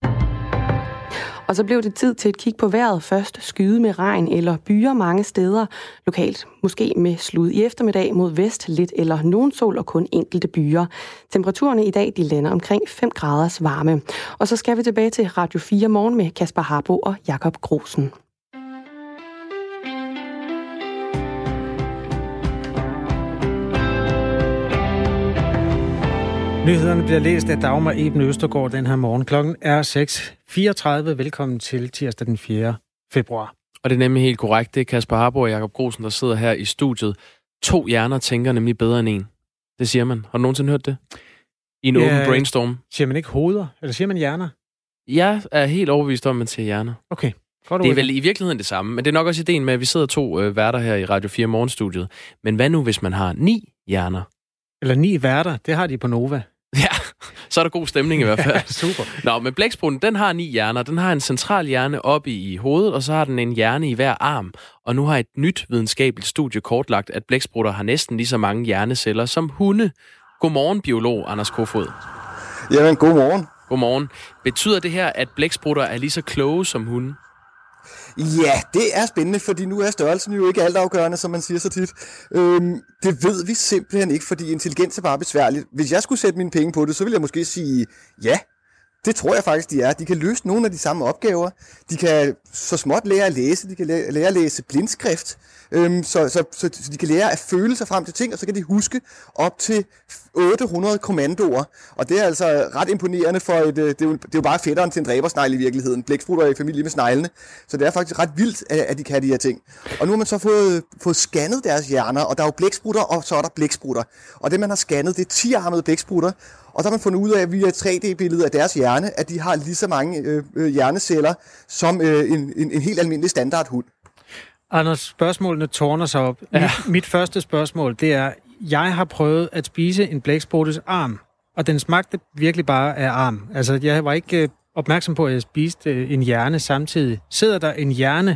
Og så blev det tid til et kig på vejret. Først skyde med regn eller byer mange steder. Lokalt måske med slud i eftermiddag mod vest, lidt eller nogen sol og kun enkelte byer. Temperaturerne i dag de lander omkring fem graders varme. Og så skal vi tilbage til Radio fire morgen med Kasper Harbo og Jakob Grosen. Nyhederne bliver læst af Dagmar Iben Østergaard den her morgen. Klokken er seks fireogtredive. Velkommen til tirsdag den fjerde februar. Og det er nemlig helt korrekt. Det er Kasper Harbo og Jakob Grosen, der sidder her i studiet. To hjerner tænker nemlig bedre end en. Det siger man. Har du nogensinde hørt det? I en ja, åben brainstorm. Siger man ikke hoveder? Eller siger man hjerner? Jeg er helt overbevist om, at man siger hjerner. Okay. Det er vel i virkeligheden det samme. Men det er nok også ideen med, at vi sidder to øh, værter her i Radio fire morgenstudiet. Men hvad nu, hvis man har ni hjerner? Eller ni værter. Det har de på Nova. Ja, så Så er der god stemning i hvert fald. Ja, super. Nå, men blæksprutten, den har ni hjerner. Den har en central hjerne oppe i hovedet, og så har den en hjerne i hver arm. Og nu har et nyt videnskabeligt studie kortlagt, at blæksprutter har næsten lige så mange hjerneceller som hunde. Godmorgen, biolog Anders Kofod. Jamen, godmorgen. Godmorgen. Betyder det her, at blæksprutter er lige så kloge som hunde? Ja, det er spændende, fordi nu er størrelsen jo ikke altafgørende, som man siger så tit. Øhm, det ved vi simpelthen ikke, fordi intelligens er bare besværligt. Hvis jeg skulle sætte mine penge på det, så ville jeg måske sige ja. Det tror jeg faktisk, de er. De kan løse nogle af de samme opgaver. De kan så småt lære at læse. De kan lære at læse blindskrift. Øhm, så, så, så, så de kan lære at føle sig frem til ting, og så kan de huske op til otte hundrede kommandoer. Og det er altså ret imponerende for et... Det er jo, det er jo bare fætteren til en dræbersnegle i virkeligheden. Blæksprutter er i familie med sneglene. Så det er faktisk ret vildt, at de kan de her ting. Og nu har man så fået, fået scannet deres hjerner, og der er jo blæksprutter, og så er der blæksprutter. Og det, man har scannet, det er ti-armede blæksprutter. Og der har man fundet ud af via et tre D-billede af deres hjerne, at de har lige så mange øh, øh, hjerneceller som øh, en, en, en helt almindelig standardhund. Anders, spørgsmålene tårner sig op. Ja. Mit, mit første spørgsmål, det er, jeg har prøvet at spise en blækspruttes arm, og den smagte virkelig bare af arm. Altså, jeg var ikke øh, opmærksom på, at jeg spiste øh, en hjerne samtidig. Sidder der en hjerne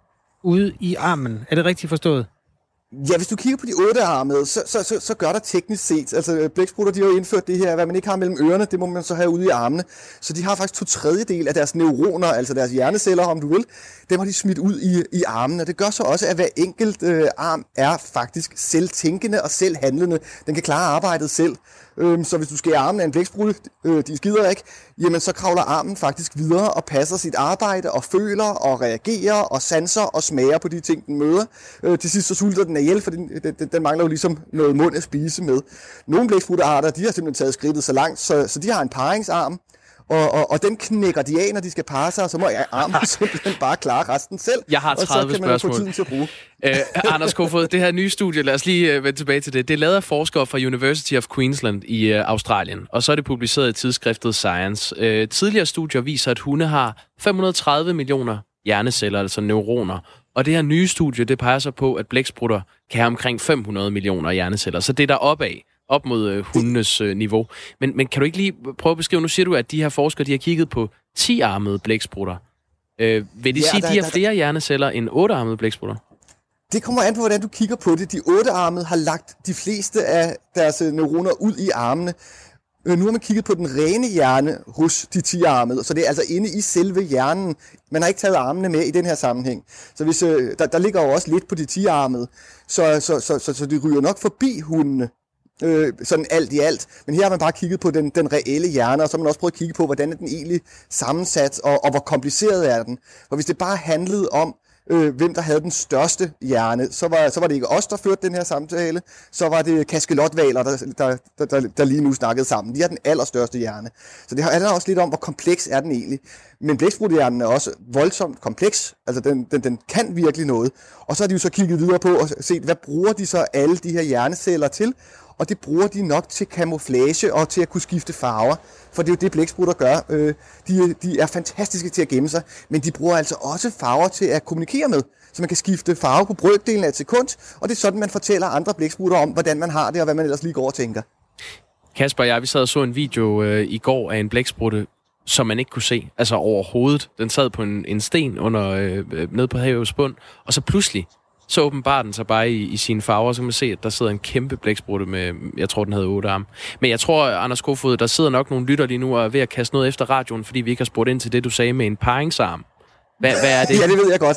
ude i armen? Er det rigtigt forstået? Ja, hvis du kigger på de ottearmede, så, så, så, så gør der teknisk set, altså blæksprutter, de har jo indført det her, hvad man ikke har mellem ørerne, det må man så have ude i armene. Så de har faktisk to tredjedel af deres neuroner, altså deres hjerneceller, om du vil, dem har de smidt ud i, i armene. Og det gør så også, at hver enkelt øh, arm er faktisk selvtænkende og selvhandlende. Den kan klare arbejdet selv. Øhm, så hvis du skærer armen af en blæksprutte, øh, de skider ikke, jamen så kravler armen faktisk videre og passer sit arbejde og føler og reagerer og sanser og smager på de ting, den møder. Øh, til sidst så sulter den ihjel, for den, den, den mangler jo ligesom noget mund at spise med. Nogle blækspruttearter, de har simpelthen taget skridtet så langt, så, så de har en paringsarm, og, og, og den knækker de af, når de skal parre sig, og så må armen simpelthen bare klare resten selv. Jeg har tredive og så kan man spørgsmål. få tiden til at bruge. Æ, Anders Kofod, det her nye studie, lad os lige uh, vende tilbage til det. Det er lavet af forskere fra University of Queensland i uh, Australien, og så er det publiceret i tidsskriftet Science. Uh, tidligere studier viser, at hunde har fem hundrede og tredive millioner hjerneceller, altså neuroner. Og det her nye studie, det peger så på, at blæksprutter kan have omkring fem hundrede millioner hjerneceller. Så det er der opad, op mod øh, hundenes øh, niveau. Men, men kan du ikke lige prøve at beskrive, nu siger du, at de her forskere, de har kigget på ti-armede blæksprutter. Øh, vil det ja, sige, at de har der, flere der... hjerneceller end otte-armede blæksprutter? Det kommer an på, hvordan du kigger på det. De ottearmede har lagt de fleste af deres neuroner ud i armene. Nu har man kigget på den rene hjerne hos de ti-armede, så det er altså inde i selve hjernen. Man har ikke taget armene med i den her sammenhæng. Så hvis, øh, der, der ligger jo også lidt på de ti-armede, så, så, så, så, så de ryger nok forbi hundene. Øh, sådan alt i alt. Men her har man bare kigget på den, den reelle hjerne, og så har man også prøvet at kigge på, hvordan er den egentlig sammensat, og, og hvor kompliceret er den. For hvis det bare handlede om, øh, hvem der havde den største hjerne, så var, så var det ikke os, der førte den her samtale, så var det kaskelotvaler, der, der, der, der, der lige nu snakkede sammen. De har den allerstørste hjerne. Så det handler også lidt om, hvor kompleks er den egentlig. Men blæksprutehjernen er også voldsomt kompleks, altså den, den, den kan virkelig noget. Og så har de jo så kigget videre på og set, hvad bruger de så alle de her hjerneceller til? Og det bruger de nok til camouflage og til at kunne skifte farver. For det er jo det, blæksprutter gør. De, de er fantastiske til at gemme sig, men de bruger altså også farver til at kommunikere med. Så man kan skifte farve på brøkdelen af et sekund, og det er sådan, man fortæller andre blæksprutter om, hvordan man har det, og hvad man ellers lige går og tænker. Kasper og jeg, vi sad og så en video øh, i går af en blæksprutte, som man ikke kunne se, altså overhovedet. Den sad på en, en sten under øh, nede på havets bund, og så pludselig så åbenbart den sig bare i, i sine farver, så kan man se, at der sidder en kæmpe blæksprutte med, jeg tror, den havde otte arme. Men jeg tror, Anders Kofod, der sidder nok nogle lytter lige nu og er ved at kaste noget efter radioen, fordi vi ikke har spurgt ind til det, du sagde med en paringsarm. Hvad, hvad er det? Ja, det ved jeg godt.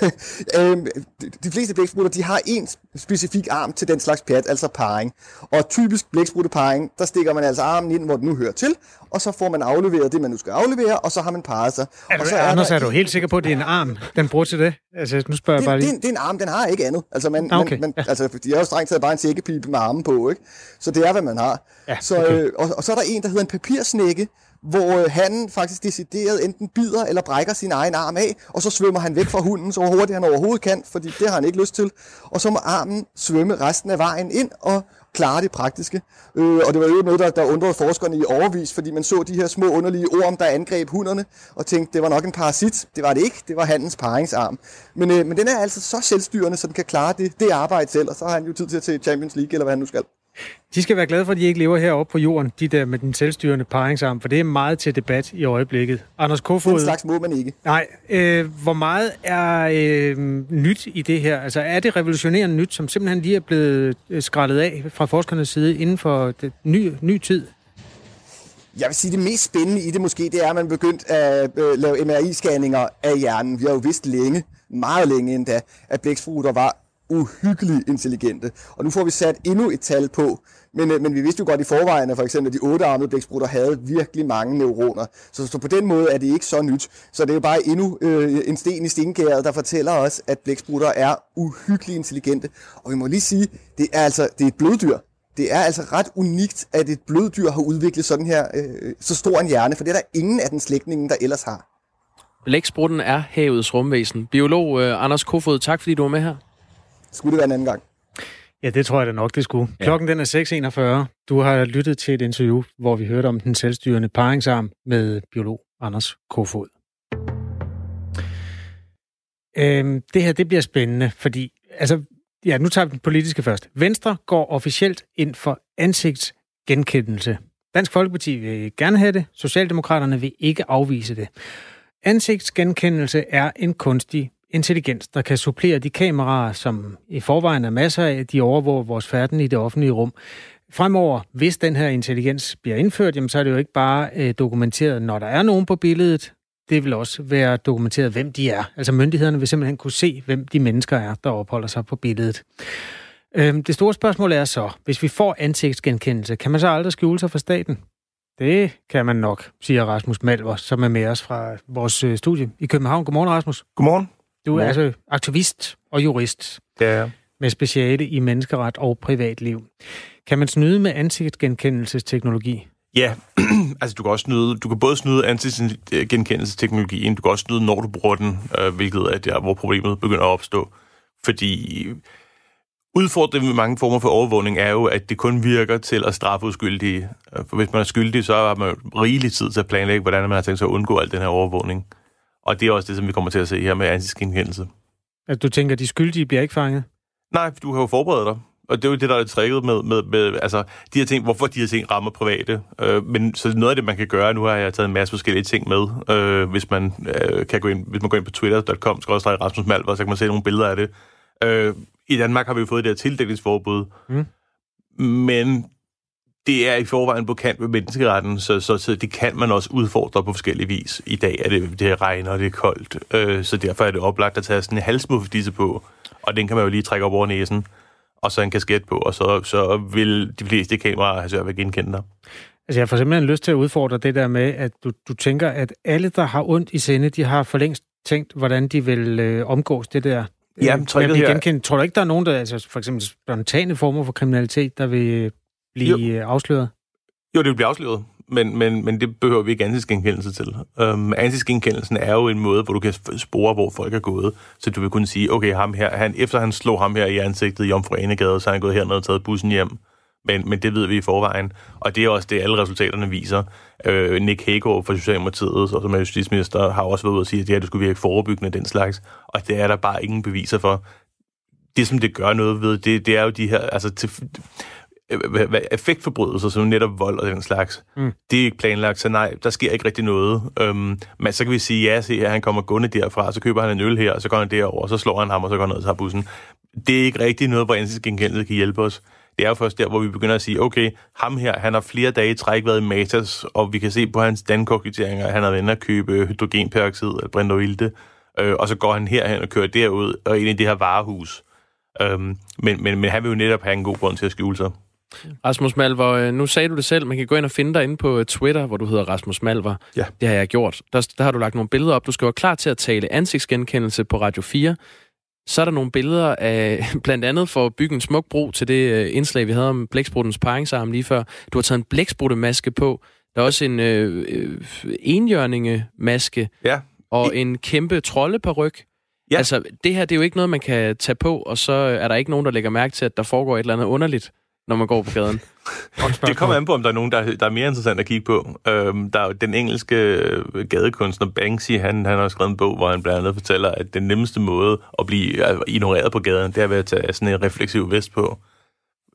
øhm, de fleste blæksprutter, de har en specifik arm til den slags pjat, altså parring. Og typisk blæksprutteparring, der stikker man altså armen ind, hvor den nu hører til, og så får man afleveret det, man nu skal aflevere, og så har man parret sig. Er du, og så er Anders, der... er du helt sikker på, at det er en arm, den bruger til det? Altså, nu spørger det, jeg bare lige. Det, det er en arm, den har ikke andet. Altså, man, okay. man, man, altså de er jo strengt taget bare en sækkepipe med armen på, ikke? Så det er, hvad man har. Ja, så, okay. øh, og, og så er der en, der hedder en papirsnække, hvor øh, han faktisk decideret enten bider eller brækker sin egen arm af, og så svømmer han væk fra hunden, så hurtigt han overhovedet kan, fordi det har han ikke lyst til. Og så må armen svømme resten af vejen ind og klare det praktiske. Øh, og det var jo noget, der, der undrede forskerne i overvis, fordi man så de her små underlige orm, der angreb hunderne, og tænkte, det var nok en parasit. Det var det ikke, det var hannens paringsarm. Men, øh, men den er altså så selvstyrende, så den kan klare det, det arbejde selv, og så har han jo tid til at se Champions League, eller hvad han nu skal. De skal være glade for, at de ikke lever heroppe på jorden, de der med den selvstyrende paringsarm, for det er meget til debat i øjeblikket. Anders Kofoed... Den slags må man ikke. Nej, øh, hvor meget er øh, nyt i det her? Altså er det revolutionerende nyt, som simpelthen lige er blevet skrællet af fra forskernes side inden for det ny, ny tid? Jeg vil sige, det mest spændende i det måske, det er, at man begyndt at øh, lave M R I-scanninger af hjernen. Vi har jo vidst længe, meget længe endda, at blæksprutter var uhyggeligt intelligente. Og nu får vi sat endnu et tal på. Men, øh, men vi vidste jo godt i forvejen, at for eksempel de ottearmede blæksprutter havde virkelig mange neuroner. Så, så på den måde er det ikke så nyt. Så det er jo bare endnu øh, en sten i stengæret, der fortæller os, at blæksprutter er uhyggeligt intelligente. Og vi må lige sige, det er altså det er et bløddyr. Det er altså ret unikt, at et bløddyr har udviklet sådan her øh, så stor en hjerne, for det er der ingen af den slægtningen, der ellers har. Blæksprutten er havets rumvæsen. Biolog øh, Anders Kofoed, tak fordi du var med her. Skulle det være en anden gang? Ja, det tror jeg da nok, det skulle. Ja. Klokken den er seks enogfyrre. Du har lyttet til et interview, hvor vi hørte om den selvstyrende paringsarm med biolog Anders Kofoed. Øhm, det her, det bliver spændende, fordi altså, ja, nu tager vi den politiske først. Venstre går officielt ind for ansigtsgenkendelse. Dansk Folkeparti vil gerne have det. Socialdemokraterne vil ikke afvise det. Ansigtsgenkendelse er en kunstig intelligens, der kan supplere de kameraer, som i forvejen er masser af, de overvåger vores færden i det offentlige rum. Fremover, hvis den her intelligens bliver indført, jamen, så er det jo ikke bare øh, dokumenteret, når der er nogen på billedet. Det vil også være dokumenteret, hvem de er. Altså myndighederne vil simpelthen kunne se, hvem de mennesker er, der opholder sig på billedet. Øhm, det store spørgsmål er så, hvis vi får ansigtsgenkendelse, kan man så aldrig skjule sig for staten? Det kan man nok, siger Rasmus Malver, som er med os fra vores øh, studie i København. Godmorgen, Rasmus. Godmorgen. Du er altså aktivist og jurist. Ja. Med speciale i menneskeret og privatliv. Kan man snyde med ansigtsgenkendelsesteknologi? Ja, altså du kan også snyde, du kan både snyde ansigtsgenkendelsesteknologien, du kan også snyde, når du bruger den, øh, hvilket er der, hvor problemet begynder at opstå. Fordi udfordringen med mange former for overvågning er jo, at det kun virker til at straffe uskyldige. For hvis man er skyldig, så har man jo rigelig tid til at planlægge, hvordan man har tænkt sig at undgå al den her overvågning. Og det er også det, som vi kommer til at se her med ansigtsgenkendelse. Altså, du tænker, at de skyldige bliver ikke fanget? Nej, du har jo forberedt dig. Og det er jo det, der er tricket med, med, med altså, de her ting, hvorfor de her ting rammer private. Øh, men så noget af det, man kan gøre, nu har jeg taget en masse forskellige ting med, øh, hvis man øh, kan gå ind, hvis man går ind på twitter punktum com skråstreg Rasmus Malver, så kan man se nogle billeder af det. Øh, I Danmark har vi jo fået det her tildækningsforbud, mm. men det er i forvejen på kant med menneskeretten, så, så, så det kan man også udfordre på forskellige vis. I dag er det, det regner, og det er koldt, øh, så derfor er det oplagt at tage sådan en halsmuffedisse på, og den kan man jo lige trække op over næsen, og så en kasket på, og så, så vil de fleste kameraer have svært ved at genkende dig. Altså jeg får simpelthen lyst til at udfordre det der med, at du, du tænker, at alle, der har ondt i sinde, de har for længst tænkt, hvordan de vil øh, omgås det der. Ja, øh, med her... Tror du ikke, der er nogen, der, altså for eksempel spontane former for kriminalitet, der vil blive jo. afsløret? Jo, det vil blive afsløret, men, men, men det behøver vi ikke ansigtsgenkendelse til. Um, ansigtsgenkendelsen er jo en måde, hvor du kan spore, hvor folk er gået, så du vil kunne sige, okay, ham her, han, efter han slog ham her i ansigtet i Jomfru Ane-gade, så er han gået herned og taget bussen hjem. Men, men det ved vi i forvejen, og det er også det, alle resultaterne viser. Øh, Nick Hækkerup fra Socialdemokratiet, og som er justitsminister, har også været ude at sige, at det her det skulle virke forebyggende den slags, og det er der bare ingen beviser for. Det, som det gør noget ved, det, det er jo de her, altså til, effektforbrydelser, som netop vold og den slags. Mm. Det er ikke planlagt, så nej, der sker ikke rigtig noget. Øhm, men så kan vi sige, ja, se her, han kommer gående derfra, så køber han en øl her, og så går han derover, og så slår han ham, og så går han ned og tager bussen. Det er ikke rigtig noget, hvor ansigtsgenkendelse kan hjælpe os. Det er jo først der, hvor vi begynder at sige, okay, ham her, han har flere dage i træk været i Matas, og vi kan se på hans dankortkvitteringer, at han har været inde at købe hydrogenperoxid eller brintovailte, øh, og så går han herhen og kører derud, og ind i det her varehus. Øhm, men, men, men han vil jo netop have en god grund til at skjule sig. Rasmus Malver, nu sagde du det selv, man kan gå ind og finde dig inde på Twitter, hvor du hedder Rasmus Malver. Ja. Det har jeg gjort. Der, der har du lagt nogle billeder op. Du skal være klar til at tale ansigtsgenkendelse på Radio fire. Så er der nogle billeder af, blandt andet for at bygge en smuk bro til det indslag, vi havde om blækspruttens paringsarm lige før. Du har taget en blæksprutemaske på. Der er også en øh, øh, enhjørningemaske. Ja. Og en kæmpe troldeparyk. Ja. Altså, det her, det er jo ikke noget, man kan tage på, og så er der ikke nogen, der lægger mærke til, at der foregår et eller andet underligt, når man går på gaden. Det kommer an på, om der er nogen, der, der er mere interessant at kigge på. Øhm, der er jo den engelske gadekunstner Banksy, han, han har skrevet en bog, hvor han blandt andet fortæller, at den nemmeste måde at blive ignoreret på gaden, det er ved at tage sådan en refleksiv vest på.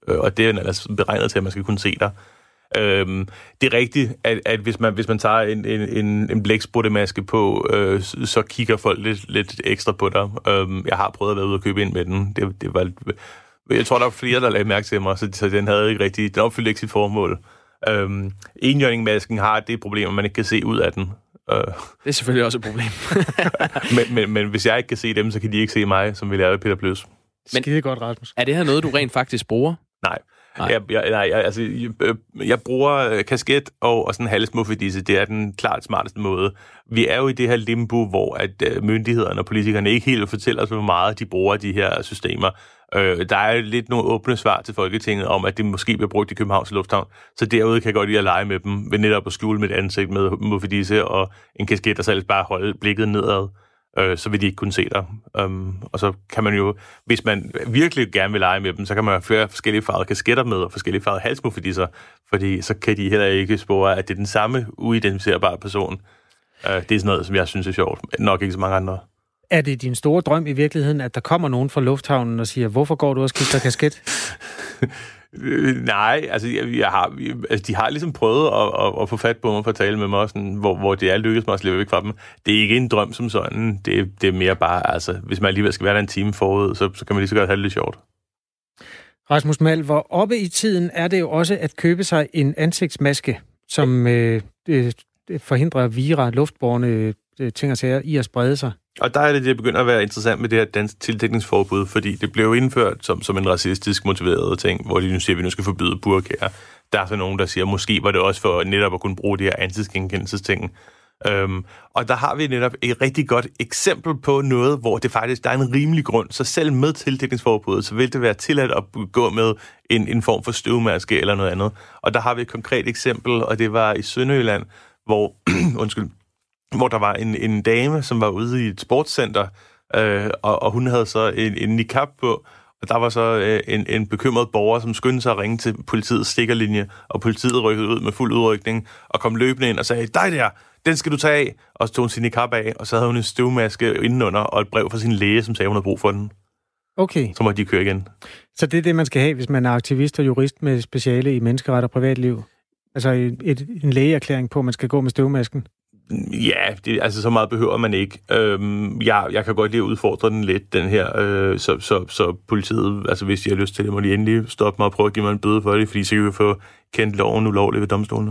Øh, og det er ellers beregnet til, at man skal kunne se dig. Øhm, det er rigtigt, at, at hvis, man, hvis man tager en, en, en blæksprutemaske på, øh, så kigger folk lidt, lidt ekstra på dig. Øhm, jeg har prøvet at være ude og købe ind med den. Det, det var, jeg tror, der var flere, der lagde mærke til mig, så, så den havde ikke rigtig, den opfyldte ikke sit formål. Øhm, enhjørningmasken har det problem, at man ikke kan se ud af den. Øh. Det er selvfølgelig også et problem. men, men, men hvis jeg ikke kan se dem, så kan de ikke se mig, som vi lavede Peter Plys. Men skide godt, Rasmus. Er det her noget, du rent faktisk bruger? Nej. Nej. Jeg, jeg, nej, jeg, altså, jeg, jeg bruger kasket og, og sådan en halsmuffedisse. Det er den klart smarteste måde. Vi er jo i det her limbo, hvor at myndighederne og politikerne ikke helt fortæller os, hvor meget de bruger de her systemer. Øh, der er lidt nogle åbne svar til Folketinget om, at det måske bliver brugt i Københavns Lufthavn. Så derude kan jeg godt lide at lege med dem, ved netop at skjule mit ansigt med muffedisse og en kasket, og så ellers bare holde blikket nedad. Øh, så vil de ikke kunne se dig. Um, og så kan man jo, hvis man virkelig gerne vil lege med dem, så kan man have flere forskellige farvede kasketter med, og forskellige farvede halsmuffedisser, fordi så kan de heller ikke spore, at det er den samme uidentificerbare person. Uh, det er sådan noget, som jeg synes er sjovt. Nok ikke så mange andre. Er det din store drøm i virkeligheden, at der kommer nogen fra lufthavnen og siger, hvorfor går du og skifter kasket? Nej, altså, jeg, jeg har, altså de har ligesom prøvet at, at, at få fat på mig for at tale med mig, sådan, hvor, hvor det er lykkedes mig at slippe væk fra dem. Det er ikke en drøm som sådan. Det, det er mere bare, altså, hvis man alligevel skal være der en time forud, så, så kan man lige så godt have det lidt sjovt. Rasmus Malv, hvor oppe i tiden er det jo også at købe sig en ansigtsmaske, som øh, øh, forhindrer vira, luftbårne øh, ting og sager i at sprede sig. Og der er det, det begynder at være interessant med det her dansk tildækningsforbud, fordi det blev indført som, som en racistisk motiveret ting, hvor de nu siger, at vi nu skal forbyde burkaer. Der er så nogen, der siger, at måske var det også for netop at kunne bruge de her ansigtsgenkendelsesting. Øhm, og der har vi netop et rigtig godt eksempel på noget, hvor det faktisk der er en rimelig grund. Så selv med tildækningsforbuddet, så vil det være tilladt at gå med en, en form for støvmaske eller noget andet. Og der har vi et konkret eksempel, og det var i Sønderjylland, hvor... undskyld. hvor der var en, en dame, som var ude i et sportscenter, øh, og, og hun havde så en, en niqab på, og der var så øh, en, en bekymret borger, som skyndte sig at ringe til politiets stikkerlinje, og politiet rykkede ud med fuld udrykning, og kom løbende ind og sagde, dig der, den skal du tage af, og så tog hun sin niqab af, og så havde hun en støvmaske indenunder, og et brev fra sin læge, som sagde, hun havde brug for den. Okay. Så må de køre igen. Så det er det, man skal have, hvis man er aktivist og jurist med speciale i menneskeret og privatliv? Altså et, et, en lægeerklæring på, at man skal gå med støvmasken? Ja, det, altså så meget behøver man ikke. Øhm, jeg, jeg kan godt lide at udfordre den lidt, den her, øh, så, så, så politiet, altså hvis de har lyst til det, må de endelig stoppe mig og prøve at give mig en bøde for det, fordi så kan vi få kendt loven ulovligt ved domstolene.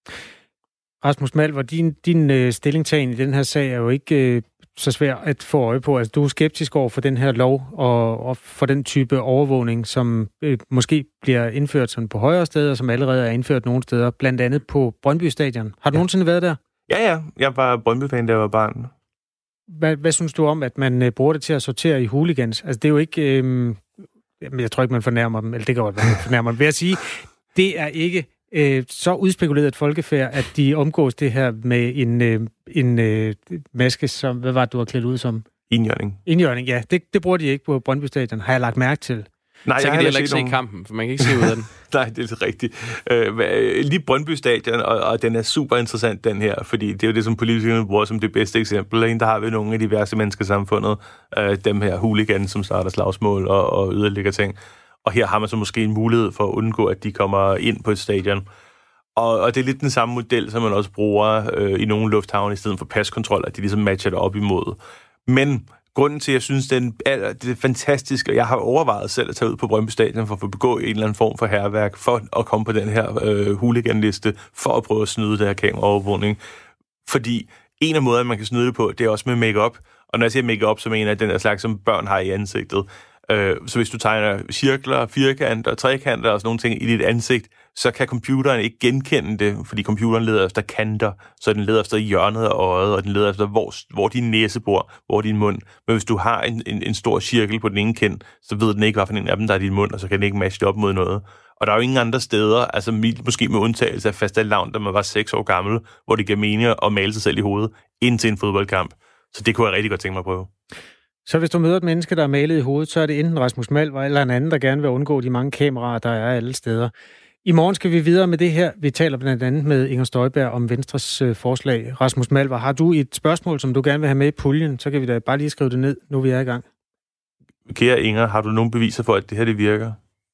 Rasmus Malv, din, din øh, stillingtagen i den her sag er jo ikke øh, så svær at få øje på. Altså, du er skeptisk over for den her lov og, og for den type overvågning, som øh, måske bliver indført sådan på højere steder, som allerede er indført nogle steder, blandt andet på Brøndby Stadion. Har du ja. nogensinde været der? Ja, ja. Jeg var Brøndby-fan, da jeg var barn. Hvad, hvad synes du om, at man øh, bruger det til at sortere i hooligans? Altså, det er jo ikke... Øh, jeg tror ikke, man fornærmer dem. Eller det kan godt være, man fornærmer dem. Ved at sige, det er ikke øh, så udspekuleret et folkefærd, at de omgås det her med en, øh, en øh, maske, som... Hvad var det, du har klædt ud som? Indjørning. Indjørning, ja. Det, det bruger de ikke på Brøndby Stadion, har jeg lagt mærke til. Nej, så kan de heller ikke se nogen... kampen, for man kan ikke se ud af den. Nej, det er rigtigt. Øh, lige Brøndby Stadion, og, og den er super interessant, den her, fordi det er jo det, som politikerne bruger som det bedste eksempel. Der har vi nogle af de værste mennesker i samfundet, øh, dem her hooligans, som starter slagsmål og, og yderligere ting. Og her har man så måske en mulighed for at undgå, at de kommer ind på et stadion. Og, og det er lidt den samme model, som man også bruger øh, i nogle lufthavne i stedet for paskontrol, at de ligesom matcher det op imod. Men... grunden til, at jeg synes, det er, det er fantastisk, og jeg har overvejet selv at tage ud på Brøndby Stadion for at få begå en eller anden form for hærværk, for at komme på den her øh, hooliganliste, for at prøve at snyde det her kameraovervågning. Fordi en af måderne, man kan snyde det på, det er også med make-up. Og når jeg siger make-up, så mener jeg den der slags, som børn har i ansigtet. Øh, så hvis du tegner cirkler, firkanter, trekanter og sådan nogle ting i dit ansigt, så kan computeren ikke genkende det, fordi computeren leder efter kanter, så den leder efter hjørnet af øjet, og den leder efter, hvor, hvor din næse bor, hvor din mund. Men hvis du har en, en, en stor cirkel på den ene kind, så ved den ikke, hvilken en af dem, der er din mund, og så kan den ikke matche det op mod noget. Og der er jo ingen andre steder, altså måske med undtagelse af fastelavn, da man var seks år gammel, hvor det gav mening at male sig selv i hovedet, indtil en fodboldkamp. Så det kunne jeg rigtig godt tænke mig at prøve. Så hvis du møder et menneske, der er malet i hovedet, så er det enten Rasmus Malv eller en anden, der gerne vil undgå de mange kameraer, der er alle steder. I morgen skal vi videre med det her. Vi taler blandt andet med Inger Støjberg om Venstres øh, forslag. Rasmus Malv, har du et spørgsmål, som du gerne vil have med i puljen, så kan vi da bare lige skrive det ned, nu vi er i gang. Kære Inger, har du nogle beviser for, at det her det virker?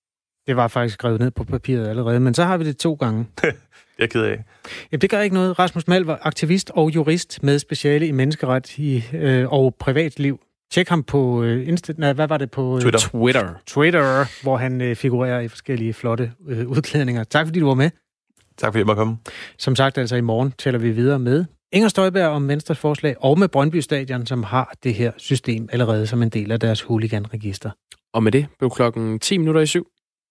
Det var faktisk skrevet ned på papiret allerede, men så har vi det to gange. Det er jeg ked af. Jamen, det gør ikke noget. Rasmus Malv var aktivist og jurist med speciale i menneskeret i, øh, og privatliv. Tjek ham på øh, Insta... Nej, hvad var det på? Øh, Twitter. Twitter. Twitter, hvor han øh, figurerer i forskellige flotte øh, udklædninger. Tak fordi du var med. Tak fordi jeg måtte komme. Som sagt, altså i morgen taler vi videre med Inger Støjberg om Venstres forslag, og med Brøndby Stadion, som har det her system allerede som en del af deres hooliganregister. Og med det blev klokken ti minutter i syv.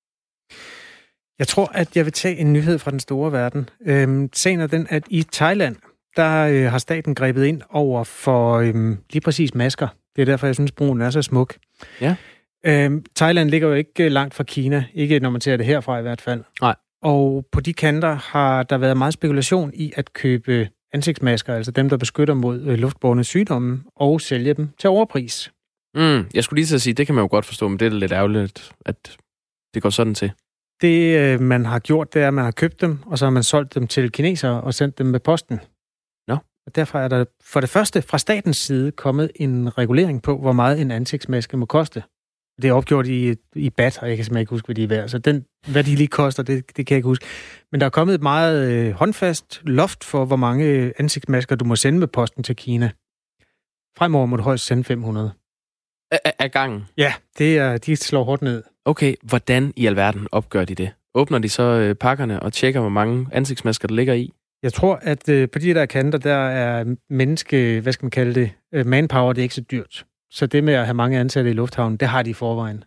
Jeg tror, at jeg vil tage en nyhed fra den store verden. Øhm, sagen er den, at i Thailand, der øh, har staten grebet ind over for øhm, lige præcis masker. Det er derfor, jeg synes, broen er så smuk. Ja. Øhm, Thailand ligger jo ikke langt fra Kina. Ikke når man ser det herfra i hvert fald. Nej. Og på de kanter har der været meget spekulation i at købe ansigtsmasker, altså dem, der beskytter mod øh, luftbårne sygdomme, og sælge dem til overpris. Mm, jeg skulle lige til at sige, det kan man jo godt forstå, men det er lidt ærgerligt, at det går sådan til. Det, øh, man har gjort, det er, at man har købt dem, og så har man solgt dem til kinesere og sendt dem med posten. Nå. Og derfor er der for det første fra statens side kommet en regulering på, hvor meget en ansigtsmaske må koste. Det er opgjort i, i bat, og jeg kan simpelthen ikke huske, hvad de er værd. Så den, hvad de lige koster, det, det kan jeg ikke huske. Men der er kommet et meget øh, håndfast loft for, hvor mange ansigtsmasker du må sende med posten til Kina. Fremover må du højst sende fem hundrede. Af gangen? Ja, det er, de slår hårdt ned. Okay, hvordan i alverden opgør de det? Åbner de så øh, pakkerne og tjekker, hvor mange ansigtsmasker der ligger i? Jeg tror, at øh, på de der kanter, der er menneske, hvad skal man kalde det, øh, manpower, det er ikke så dyrt. Så det med at have mange ansatte i lufthavnen, det har de i forvejen.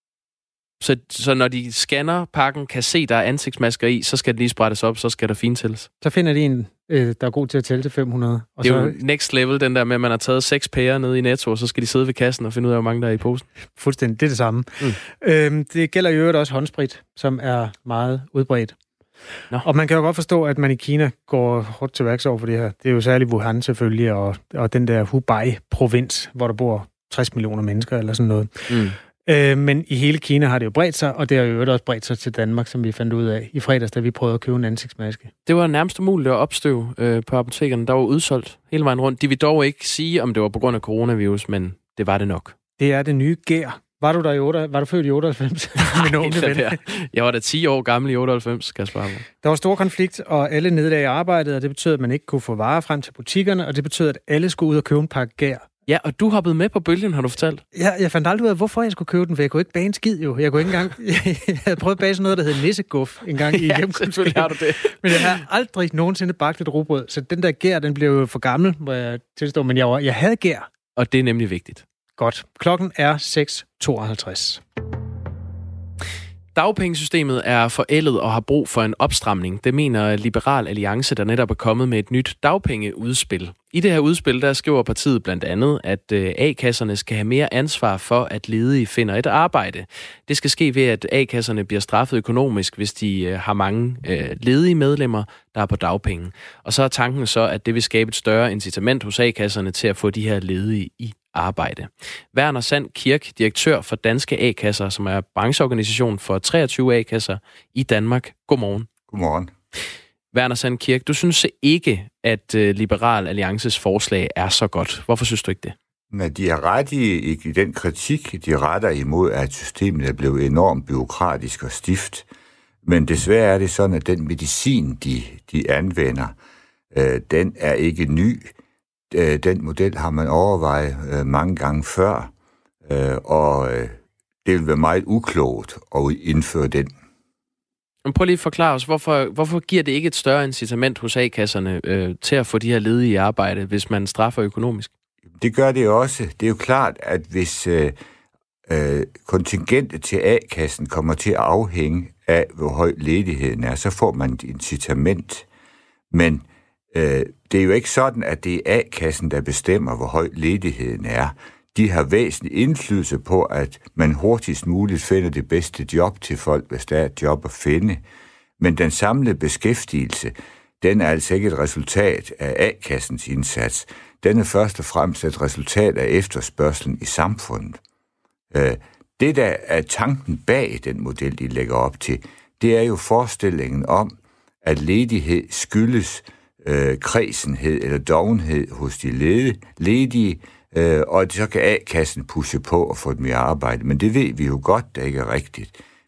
Så, så når de scanner pakken, kan se, der er ansigtsmasker i, så skal det lige sprettes op, så skal der fintælles. Så finder de en, øh, der er god til at tælle til fem hundrede. Og det er så... jo next level, den der med, at man har taget seks pærer nede i Netto, og så skal de sidde ved kassen og finde ud af, hvor mange der er i posen. Fuldstændig, det er det samme. Mm. Øhm, det gælder jo øvrigt også håndsprit, som er meget udbredt. Nå. Og man kan jo godt forstå, at man i Kina går hårdt til værks over for det her. Det er jo særligt Wuhan selvfølgelig, og, og den der Hubei-provins, hvor der bor tres millioner mennesker eller sådan noget. Mm. Øh, men i hele Kina har det jo bredt sig, og det har jo også bredt sig til Danmark, som vi fandt ud af i fredags, da vi prøvede at købe en ansigtsmaske. Det var nærmest umuligt at opstøve øh, på apotekerne. Der var udsolgt hele vejen rundt. De vil dog ikke sige, om det var på grund af coronavirus, men det var det nok. Det er det nye gær. Var du der i otte, var du født i otteoghalvfems? Nej, jeg var da ti år gammel i otteoghalvfems, skal jeg svare på. Der var stor konflikt, og alle nedlagde arbejdet, og det betød, at man ikke kunne få varer frem til butikkerne, og det betød, at alle skulle ud og købe en pakke gær. Ja, og du hoppede med på bølgen, har du fortalt. Ja, jeg fandt aldrig ud af, hvorfor jeg skulle købe den, for jeg kunne ikke bage en skid jo. Jeg kunne ikke engang... Jeg havde prøvet at bage sådan noget, der hed nisseguf en gang i ja, hjemkunstspil. har du det. Men jeg har aldrig nogensinde bagt et rugbrød, så den der gær, den blev jo for gammel, hvor jeg tilstår, men jeg, var, jeg havde gær. Og det er nemlig vigtigt. Godt. Klokken er seks tooghalvtreds. Dagpengesystemet er forældet og har brug for en opstramning. Det mener Liberal Alliance, der netop er kommet med et nyt dagpengeudspil. I det her udspil, der skriver partiet blandt andet, at A-kasserne skal have mere ansvar for, at ledige finder et arbejde. Det skal ske ved, at A-kasserne bliver straffet økonomisk, hvis de har mange ledige medlemmer, der er på dagpenge. Og så er tanken så, at det vil skabe et større incitament hos A-kasserne til at få de her ledige i arbejde. Werner Sand Kirk, direktør for Danske A-kasser, som er brancheorganisation for treogtyve A-kasser i Danmark. Godmorgen. Godmorgen. Werner Sand Kirk, du synes ikke, at Liberal Alliances forslag er så godt. Hvorfor synes du ikke det? Men de har ret i, i den kritik, de retter imod, at systemet er blevet enormt byråkratisk og stift. Men desværre er det sådan, at den medicin, de, de anvender, øh, den er ikke ny. Den model har man overvejet øh, mange gange før, øh, og øh, det vil være meget uklogt at indføre den. Men prøv lige at forklare os, hvorfor, hvorfor giver det ikke et større incitament hos A-kasserne øh, til at få de her ledige i arbejde, hvis man straffer økonomisk? Det gør det også. Det er jo klart, at hvis øh, øh, kontingentet til A-kassen kommer til at afhænge af, hvor høj ledigheden er, så får man et incitament. Men det er jo ikke sådan, at det er A-kassen, der bestemmer, hvor høj ledigheden er. De har væsentlig indflydelse på, at man hurtigst muligt finder det bedste job til folk, hvis der er et job at finde. Men den samlede beskæftigelse, den er altså ikke et resultat af A-kassens indsats. Den er først og fremmest et resultat af efterspørgselen i samfundet. Det, der er tanken bag den model, de lægger op til, det er jo forestillingen om, at ledighed skyldes Øh, kredsenhed eller dovenhed hos de led, ledige, øh, og så kan A-kassen pushe på og få dem i arbejde. Men det ved vi jo godt, der ikke er rigtigt.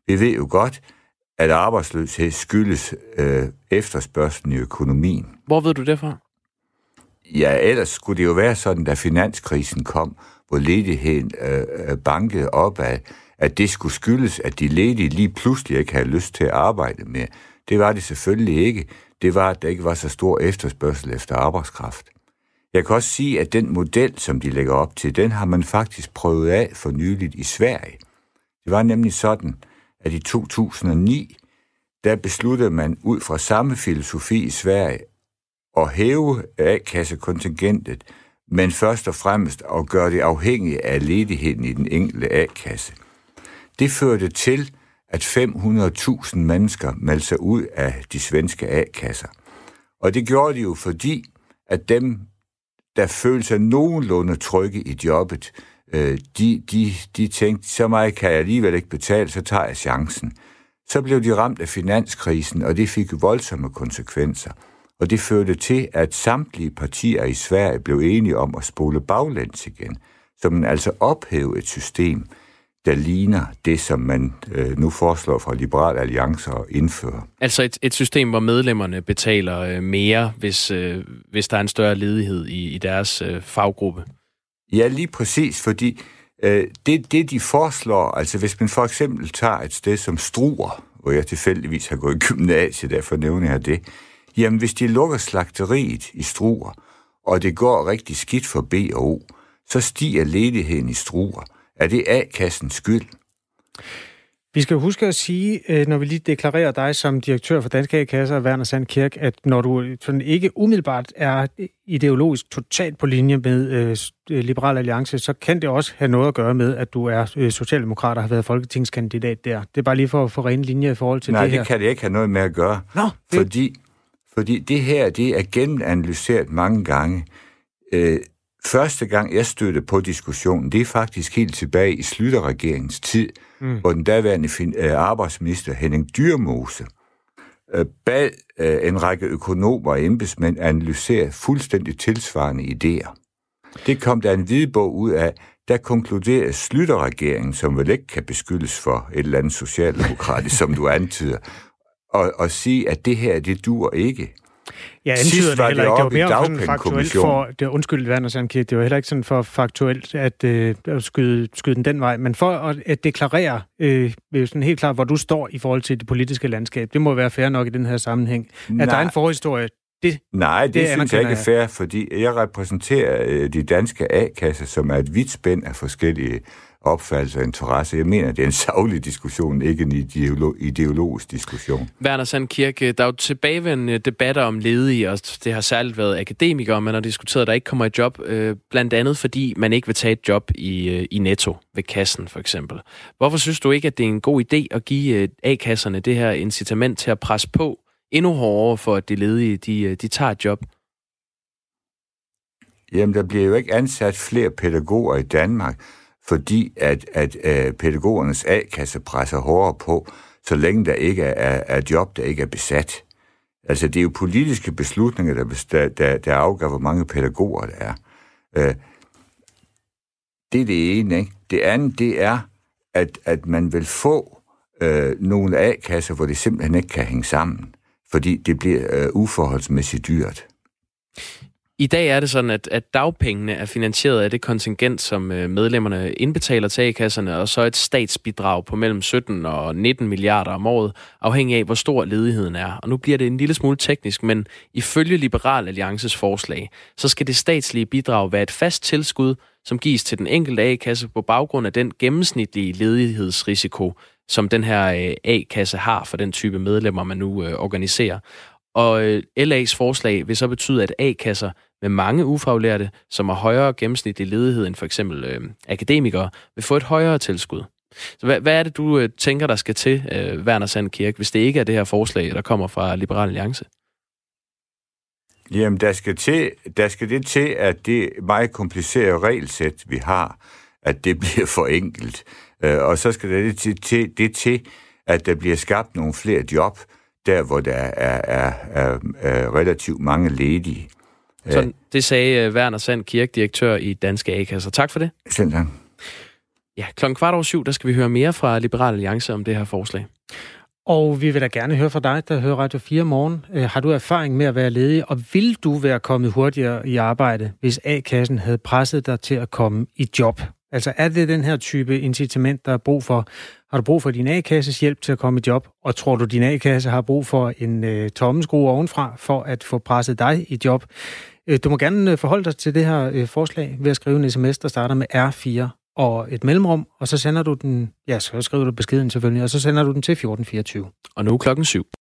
Vi ved jo godt, at arbejdsløshed skyldes øh, efterspørgslen i økonomien. Hvor ved du det fra? Ja, ellers skulle det jo være sådan, da finanskrisen kom, hvor ledigheden øh, bankede opad, at det skulle skyldes, at de ledige lige pludselig ikke havde lyst til at arbejde mere. Det var det selvfølgelig ikke. Det var, at der ikke var så stor efterspørgsel efter arbejdskraft. Jeg kan også sige, at den model, som de lægger op til, den har man faktisk prøvet af for nyligt i Sverige. Det var nemlig sådan, at i to tusind og ni, der besluttede man ud fra samme filosofi i Sverige at hæve A-kassekontingentet, men først og fremmest at gøre det afhængigt af ledigheden i den enkelte A-kasse. Det førte til, at fem hundrede tusind mennesker meldte sig ud af de svenske A-kasser. Og det gjorde de jo fordi, at dem, der følte sig nogenlunde trygge i jobbet, de, de, de tænkte, så meget kan jeg alligevel ikke betale, så tager jeg chancen. Så blev de ramt af finanskrisen, og det fik voldsomme konsekvenser. Og det førte til, at samtlige partier i Sverige blev enige om at spole baglæns igen, så man altså ophævede et system, der ligner det, som man øh, nu foreslår fra Liberal Alliance at indføre. Altså et, et system, hvor medlemmerne betaler øh, mere, hvis, øh, hvis der er en større ledighed i, i deres øh, faggruppe? Ja, lige præcis, fordi øh, det, det, de foreslår, altså hvis man for eksempel tager et sted som Struer, hvor jeg tilfældigvis har gået i gymnasiet, derfor nævner jeg det, jamen hvis de lukker slagteriet i Struer, og det går rigtig skidt for B og O, så stiger ledigheden i Struer. Er det A-kassens skyld? Vi skal huske at sige, når vi lige deklarerer dig som direktør for Danske A-kasser, Werner Sand Kirk, at når du sådan ikke umiddelbart er ideologisk totalt på linje med øh, Liberal Alliance, så kan det også have noget at gøre med, at du er øh, socialdemokrat og har været folketingskandidat der. Det er bare lige for at få rene linje i forhold til Nej, det her. Nej, det kan det ikke have noget med at gøre. Nå, det... Fordi, fordi det her, det er gennemanalyseret mange gange. Øh, Første gang, jeg stødte på diskussionen, det er faktisk helt tilbage i Schlüter-regeringens tid, mm. hvor den daværende arbejdsminister Henning Dyrmose bad en række økonomer og embedsmænd analysere fuldstændig tilsvarende idéer. Det kom der en hvidbog ud af, der konkluderede Schlüter-regeringen, som vel ikke kan beskyldes for et eller andet socialdemokratisk, som du antyder, og, og sige, at det her, det dur ikke. Ja, antyder det heller ikke. Det var mere sådan faktuelt for... Det, undskyld, Werner Sand Kirk, det var heller ikke sådan for faktuelt at, øh, at skyde, skyde den den vej, men for at, at deklarere øh, sådan helt klart, hvor du står i forhold til det politiske landskab. Det må være fair nok i den her sammenhæng. Nej. At der er en forhistorie. Det, Nej, det, det synes jeg ikke er fair, fordi jeg repræsenterer øh, de danske A-kasser, som er et vidt spænd af forskellige opfattelser og interesser. Jeg mener, det er en saglig diskussion, ikke en ideolo- ideologisk diskussion. Werner Sand Kirk, der er jo tilbagevendende debatter om ledige, og det har særligt været akademikere, man har diskuteret, at der ikke kommer et job, øh, blandt andet fordi man ikke vil tage et job i, øh, i Netto ved kassen, for eksempel. Hvorfor synes du ikke, at det er en god idé at give øh, A-kasserne det her incitament til at presse på endnu hårdere for, at de ledige de, de tager et job? Jamen, der bliver jo ikke ansat flere pædagoger i Danmark, fordi at, at, at pædagogernes A-kasse presser hårdere på, så længe der ikke er, er job, der ikke er besat. Altså, det er jo politiske beslutninger, der, der, der afgør, hvor mange pædagoger der er. Øh, det er det ene, ikke? Det andet, det er, at, at man vil få øh, nogle A-kasser, hvor det simpelthen ikke kan hænge sammen, fordi det bliver øh, uforholdsmæssigt dyrt. I dag er det sådan, at, at dagpengene er finansieret af det kontingent, som øh, medlemmerne indbetaler til A-kasserne, og så et statsbidrag på mellem sytten og nitten milliarder om året, afhængig af, hvor stor ledigheden er. Og nu bliver det en lille smule teknisk, men ifølge Liberal Alliances forslag, så skal det statslige bidrag være et fast tilskud, som gives til den enkelte A-kasse på baggrund af den gennemsnitlige ledighedsrisiko, som den her øh, A-kasse har for den type medlemmer, man nu øh, organiserer. Og øh, L A's forslag vil så betyde, at A-kasser med mange ufaglærte, som har højere gennemsnitlig ledighed end for eksempel øh, akademikere, vil få et højere tilskud. Så hvad, hvad er det, du øh, tænker, der skal til, øh, Werner Sand Kirk, hvis det ikke er det her forslag, der kommer fra Liberal Alliance? Jamen, der skal, til, der skal det til, at det meget komplicerede regelsæt, vi har, at det bliver for enkelt. Øh, og så skal det til, til, det til, at der bliver skabt nogle flere job, der hvor der er, er, er, er relativt mange ledige. Sådan, det sagde Werner Sand Kirk, direktør i Danske A-kasser. Tak for det. Selv tak. Ja, klokken kvart over syv, der skal vi høre mere fra Liberal Alliance om det her forslag. Og vi vil da gerne høre fra dig, der hører Radio fire morgen. Har du erfaring med at være ledig, og vil du være kommet hurtigere i arbejde, hvis A-kassen havde presset dig til at komme i job? Altså er det den her type incitament, der er brug for? Har du brug for din A-kasses hjælp til at komme i job? Og tror du, din A-kasse har brug for en øh, tommeskrue ovenfra for at få presset dig i job? Øh, du må gerne forholde dig til det her øh, forslag ved at skrive en sms, der starter med R fire og et mellemrum, og så sender du den, ja, så skriver du beskeden selvfølgelig, og så sender du den til fjorten fireogtyve. Og nu klokken syv.